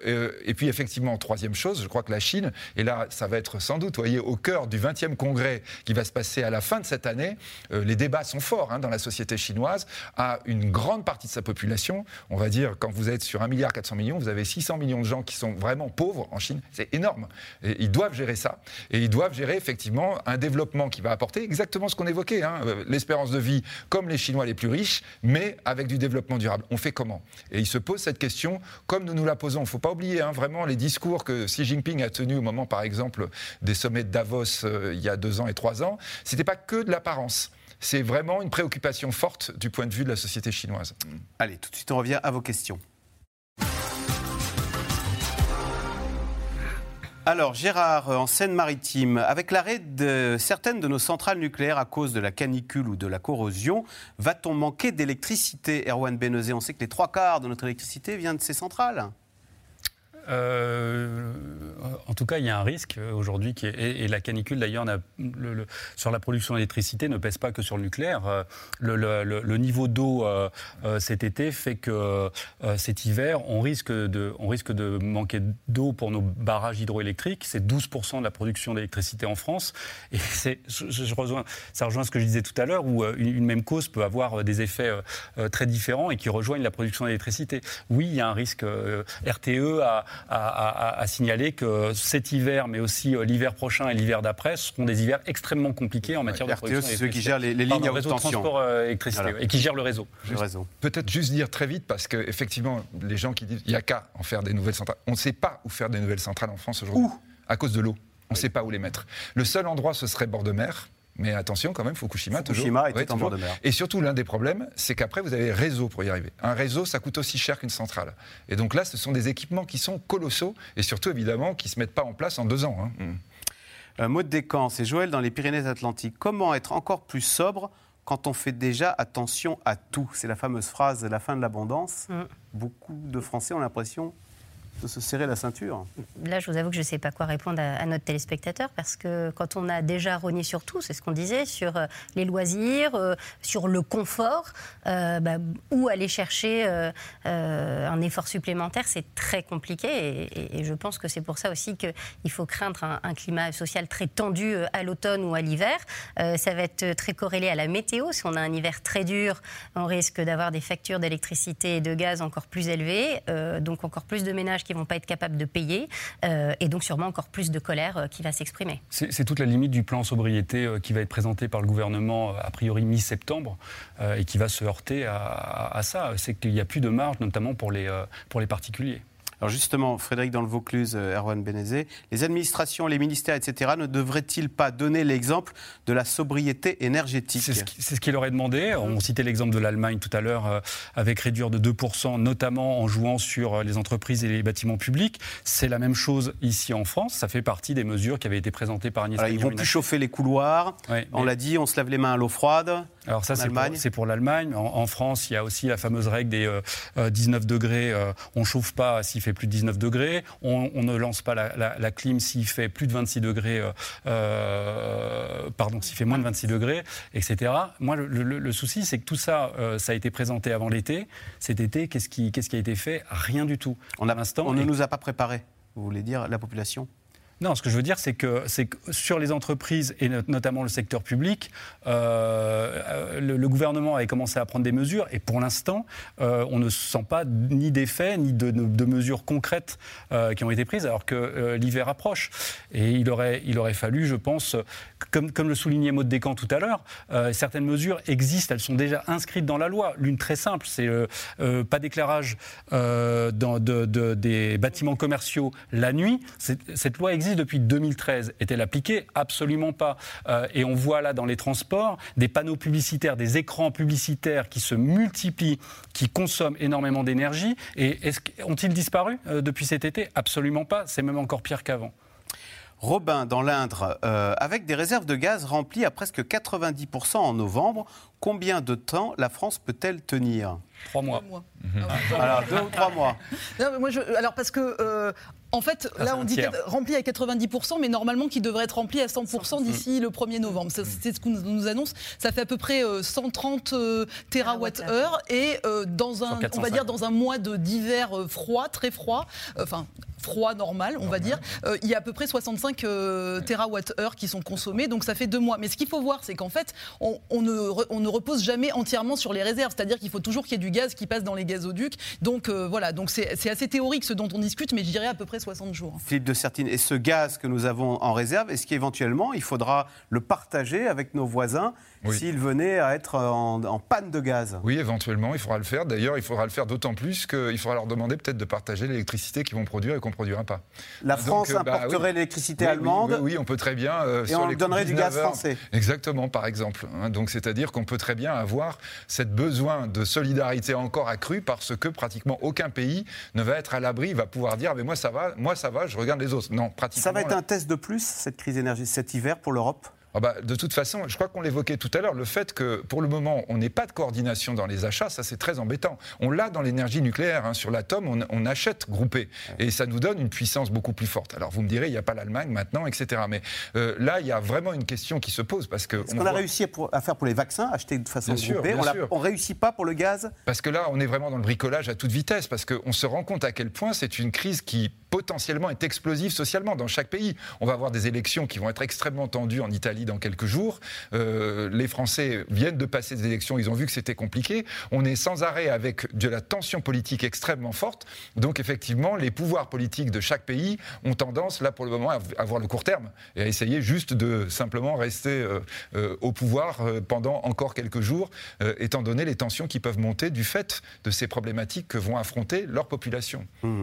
Et puis effectivement, troisième chose, je crois que la Chine, et là ça va être sans doute, vous voyez, au cœur du 20e congrès qui va se passer à la fin de cette année, les débats sont forts dans la société chinoise, à une grande partie de sa population. On va dire, quand vous êtes sur 1,4 milliard, vous avez 600 millions de gens qui sont vraiment pauvres en Chine. C'est énorme. Et ils doivent gérer ça. Et ils doivent gérer effectivement un développement qui va apporter exactement ce qu'on évoquait, l'espérance de vie comme les Chinois les plus riches, mais avec du développement durable. On fait comment ? Et ils se posent cette question comme nous nous la posons. Il ne faut pas oublier vraiment les discours que Xi Jinping a tenus au moment, par exemple, des sommets de Davos il y a 2 ans et 3 ans. Ce n'était pas que de l'apparence. C'est vraiment une préoccupation forte du point de vue de la société chinoise. Allez, tout de suite, on revient à vos questions. Alors, Gérard, en Seine-Maritime, avec l'arrêt de certaines de nos centrales nucléaires à cause de la canicule ou de la corrosion, va-t-on manquer d'électricité ? Erwan Benezet, on sait que les 3/4 de notre électricité vient de ces centrales. En tout cas, il y a un risque aujourd'hui, et la canicule d'ailleurs sur la production d'électricité ne pèse pas que sur le nucléaire. Le niveau d'eau cet été fait que cet hiver, on risque de manquer d'eau pour nos barrages hydroélectriques. C'est 12% de la production d'électricité en France. Et ça rejoint ce que je disais tout à l'heure, où une même cause peut avoir des effets très différents et qui rejoignent la production d'électricité. Oui, il y a un risque. RTE à signaler que cet hiver, mais aussi l'hiver prochain et l'hiver d'après, seront des hivers extrêmement compliqués en matière de production d'électricité. RTE, c'est ceux qui gèrent les lignes à haute tension. Réseau de transport électricité, et qui gèrent le réseau. Peut-être juste dire très vite, parce qu'effectivement, les gens qui disent qu'il n'y a qu'à en faire des nouvelles centrales. On ne sait pas où faire des nouvelles centrales en France aujourd'hui. Où ? À cause de l'eau. On ne sait pas où les mettre. Le seul endroit, ce serait bord de mer. Mais attention quand même, Fukushima était en bord de mer. Et surtout, l'un des problèmes, c'est qu'après, vous avez réseau pour y arriver. Un réseau, ça coûte aussi cher qu'une centrale. Et donc là, ce sont des équipements qui sont colossaux et surtout, évidemment, qui ne se mettent pas en place en 2 ans. Maud Descamps, c'est Joël dans les Pyrénées-Atlantiques. Comment être encore plus sobre quand on fait déjà attention à tout ? C'est la fameuse phrase « la fin de l'abondance ». Beaucoup de Français ont l'impression de se serrer la ceinture. Là, je vous avoue que je ne sais pas quoi répondre à notre téléspectateur, parce que quand on a déjà rogné sur tout, c'est ce qu'on disait, sur les loisirs, sur le confort, où aller chercher un effort supplémentaire, c'est très compliqué. Et je pense que c'est pour ça aussi qu'il faut craindre un climat social très tendu à l'automne ou à l'hiver. Ça va être très corrélé à la météo. Si on a un hiver très dur, on risque d'avoir des factures d'électricité et de gaz encore plus élevées, donc encore plus de ménages qui ne vont pas être capables de payer, et donc sûrement encore plus de colère qui va s'exprimer. C'est toute la limite du plan sobriété qui va être présenté par le gouvernement a priori mi-septembre et qui va se heurter à ça. C'est qu'il n'y a plus de marge, notamment pour les particuliers. Alors justement, Frédéric dans le Vaucluse, Erwan Benezet, les administrations, les ministères, etc. ne devraient-ils pas donner l'exemple de la sobriété énergétique ? C'est ce qu'il aurait demandé. On citait l'exemple de l'Allemagne tout à l'heure, avec réduire de 2%, notamment en jouant sur les entreprises et les bâtiments publics. C'est la même chose ici en France. Ça fait partie des mesures qui avaient été présentées par Agnès Pannier-Runacher. Ils vont plus chauffer les couloirs. Oui, on l'a dit, on se lave les mains à l'eau froide. Alors ça, c'est pour l'Allemagne. En France, il y a aussi la fameuse règle des 19 degrés. On ne chauffe pas s'il fait plus de 19 degrés. On ne lance pas la clim s'il fait plus de 26 degrés. S'il fait moins de 26 degrés, etc. Moi, le souci, c'est que tout ça, ça a été présenté avant l'été. Cet été, qu'est-ce qui a été fait ? Rien du tout. On ne nous a pas préparés, vous voulez dire, la population ? Non, ce que je veux dire, c'est que sur les entreprises, et notamment le secteur public, le gouvernement avait commencé à prendre des mesures, et pour l'instant, on ne sent pas ni d'effets, ni de mesures concrètes qui ont été prises, alors que l'hiver approche. Et il aurait fallu, je pense, comme le soulignait Maud Descamps tout à l'heure, certaines mesures existent, elles sont déjà inscrites dans la loi. L'une très simple, c'est pas d'éclairage des bâtiments commerciaux la nuit. Cette loi existe depuis 2013. Est-elle appliquée ? Absolument pas. Et on voit là dans les transports des panneaux publicitaires, des écrans publicitaires qui se multiplient, qui consomment énormément d'énergie. Et ont-ils disparu depuis cet été ? Absolument pas. C'est même encore pire qu'avant. Robin, dans l'Indre, avec des réserves de gaz remplies à presque 90% en novembre, combien de temps la France peut-elle tenir ? 3 mois. Alors, 2 ou 3 mois. Non, mais alors parce que... En fait, là, on dit rempli à 90%, mais normalement, qui devrait être rempli à 100% d'ici le 1er novembre. C'est ce qu'on nous annonce. Ça fait à peu près 130 TWh. Et dans un mois d'hiver froid, très froid, froid normal, on va dire, il y a à peu près 65 TWh qui sont consommés. Donc, ça fait 2 mois. Mais ce qu'il faut voir, c'est qu'en fait, on ne repose jamais entièrement sur les réserves. C'est-à-dire qu'il faut toujours qu'il y ait du gaz qui passe dans les gazoducs. Donc, voilà. Donc, c'est assez théorique ce dont on discute, mais je dirais à peu près 60 jours. Philippe de Sertine, et ce gaz que nous avons en réserve, est-ce qu'éventuellement il faudra le partager avec nos voisins s'ils venaient à être en panne de gaz ? Oui, éventuellement, il faudra le faire. D'ailleurs, il faudra le faire d'autant plus qu'il faudra leur demander peut-être de partager l'électricité qu'ils vont produire et qu'on ne produira pas. La France importerait l'électricité allemande. Oui, on peut très bien... et on donnerait du gaz français. Exactement, par exemple. Donc, c'est-à-dire qu'on peut très bien avoir ce besoin de solidarité encore accru parce que pratiquement aucun pays ne va être à l'abri, va pouvoir dire mais moi ça va, je regarde les autres. Non, pratiquement. Ça va être un test de plus, cette crise énergétique, cet hiver pour l'Europe ? De toute façon, je crois qu'on l'évoquait tout à l'heure, le fait que pour le moment, on n'ait pas de coordination dans les achats, ça c'est très embêtant. On l'a dans l'énergie nucléaire, sur l'atome, on achète groupé. Et ça nous donne une puissance beaucoup plus forte. Alors vous me direz, il n'y a pas l'Allemagne maintenant, etc. Mais là, il y a vraiment une question qui se pose. Parce que on a réussi à faire pour les vaccins, acheter de façon groupée. On ne réussit pas pour le gaz ? Parce que là, on est vraiment dans le bricolage à toute vitesse. Parce qu'on se rend compte à quel point c'est une crise qui potentiellement est explosive socialement dans chaque pays. On va avoir des élections qui vont être extrêmement tendues en Italie dans quelques jours. Les Français viennent de passer des élections, ils ont vu que c'était compliqué. On est sans arrêt avec de la tension politique extrêmement forte. Donc effectivement, les pouvoirs politiques de chaque pays ont tendance, là pour le moment, à voir le court terme et à essayer juste de simplement rester au pouvoir pendant encore quelques jours, étant donné les tensions qui peuvent monter du fait de ces problématiques que vont affronter leur population.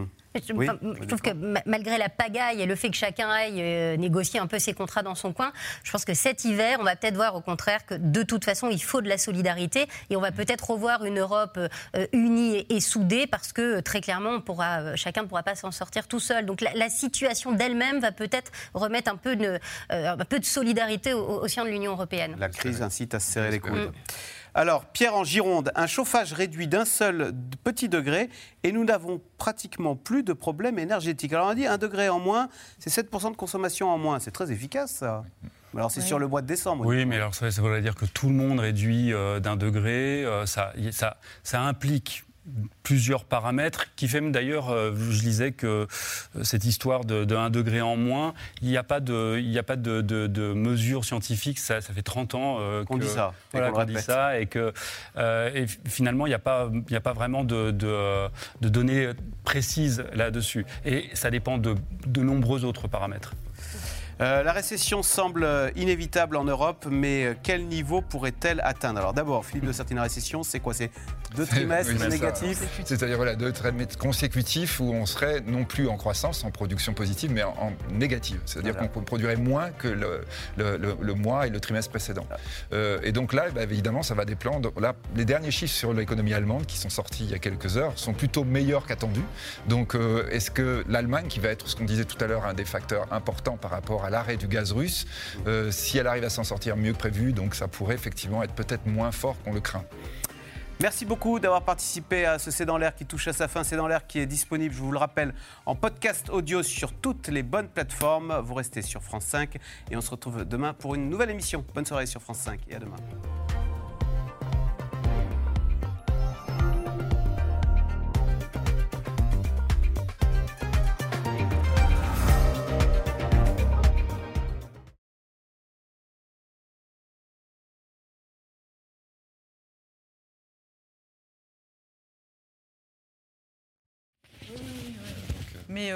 Je trouve que malgré la pagaille et le fait que chacun aille négocier un peu ses contrats dans son coin, je pense que cet hiver, on va peut-être voir au contraire que de toute façon, il faut de la solidarité et on va peut-être revoir une Europe unie et soudée parce que très clairement, chacun ne pourra pas s'en sortir tout seul. Donc la situation d'elle-même va peut-être remettre un peu de solidarité au sein de l'Union européenne. La crise incite à se serrer les coudes. Alors, Pierre, en Gironde, un chauffage réduit d'un seul petit degré et nous n'avons pratiquement plus de problème énergétique. Alors, on a dit 1 degré en moins, c'est 7% de consommation en moins. C'est très efficace, ça. Alors, c'est sur le mois de décembre. Oui, mais alors ça veut dire que tout le monde réduit d'1 degré. Ça implique plusieurs paramètres, qui fait d'ailleurs, je lisais que cette histoire de 1 degré en moins, il n'y a pas de mesure scientifique, ça fait 30 ans qu'on dit ça, qu'on dit ça, et que et finalement, il n'y a pas vraiment de données précises là-dessus. Et ça dépend de nombreux autres paramètres. La récession semble inévitable en Europe, mais quel niveau pourrait-elle atteindre? Alors d'abord, Philippe de Sertine, la récession, c'est quoi? C'est 2 trimestres négatifs? C'est-à-dire 2 trimestres consécutifs où on serait non plus en croissance, en production positive, mais en négative. C'est-à-dire qu'on produirait moins que le mois et le trimestre précédent. Et donc là, évidemment, ça va dépendre. Là, les derniers chiffres sur l'économie allemande qui sont sortis il y a quelques heures sont plutôt meilleurs qu'attendus. Donc est-ce que l'Allemagne, qui va être, ce qu'on disait tout à l'heure, un des facteurs importants par rapport à l'arrêt du gaz russe, si elle arrive à s'en sortir mieux que prévu, donc ça pourrait effectivement être peut-être moins fort qu'on le craint. Merci beaucoup d'avoir participé à ce C'est dans l'air qui touche à sa fin. C'est dans l'air qui est disponible, je vous le rappelle, en podcast audio sur toutes les bonnes plateformes. Vous restez sur France 5 et on se retrouve demain pour une nouvelle émission. Bonne soirée sur France 5 et à demain. Mais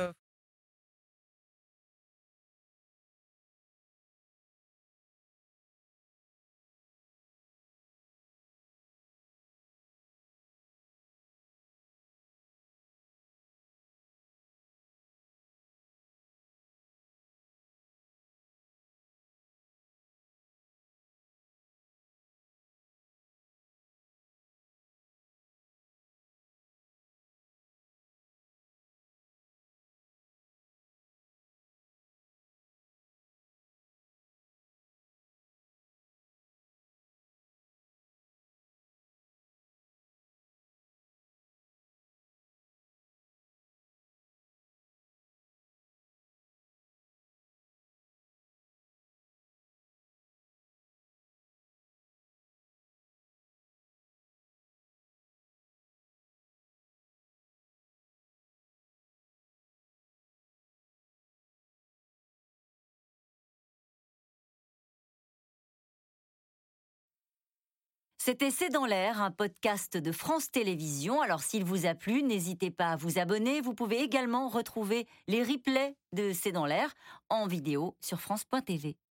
C'était C'est dans l'air, un podcast de France Télévisions. Alors s'il vous a plu, n'hésitez pas à vous abonner. Vous pouvez également retrouver les replays de C'est dans l'air en vidéo sur France.tv.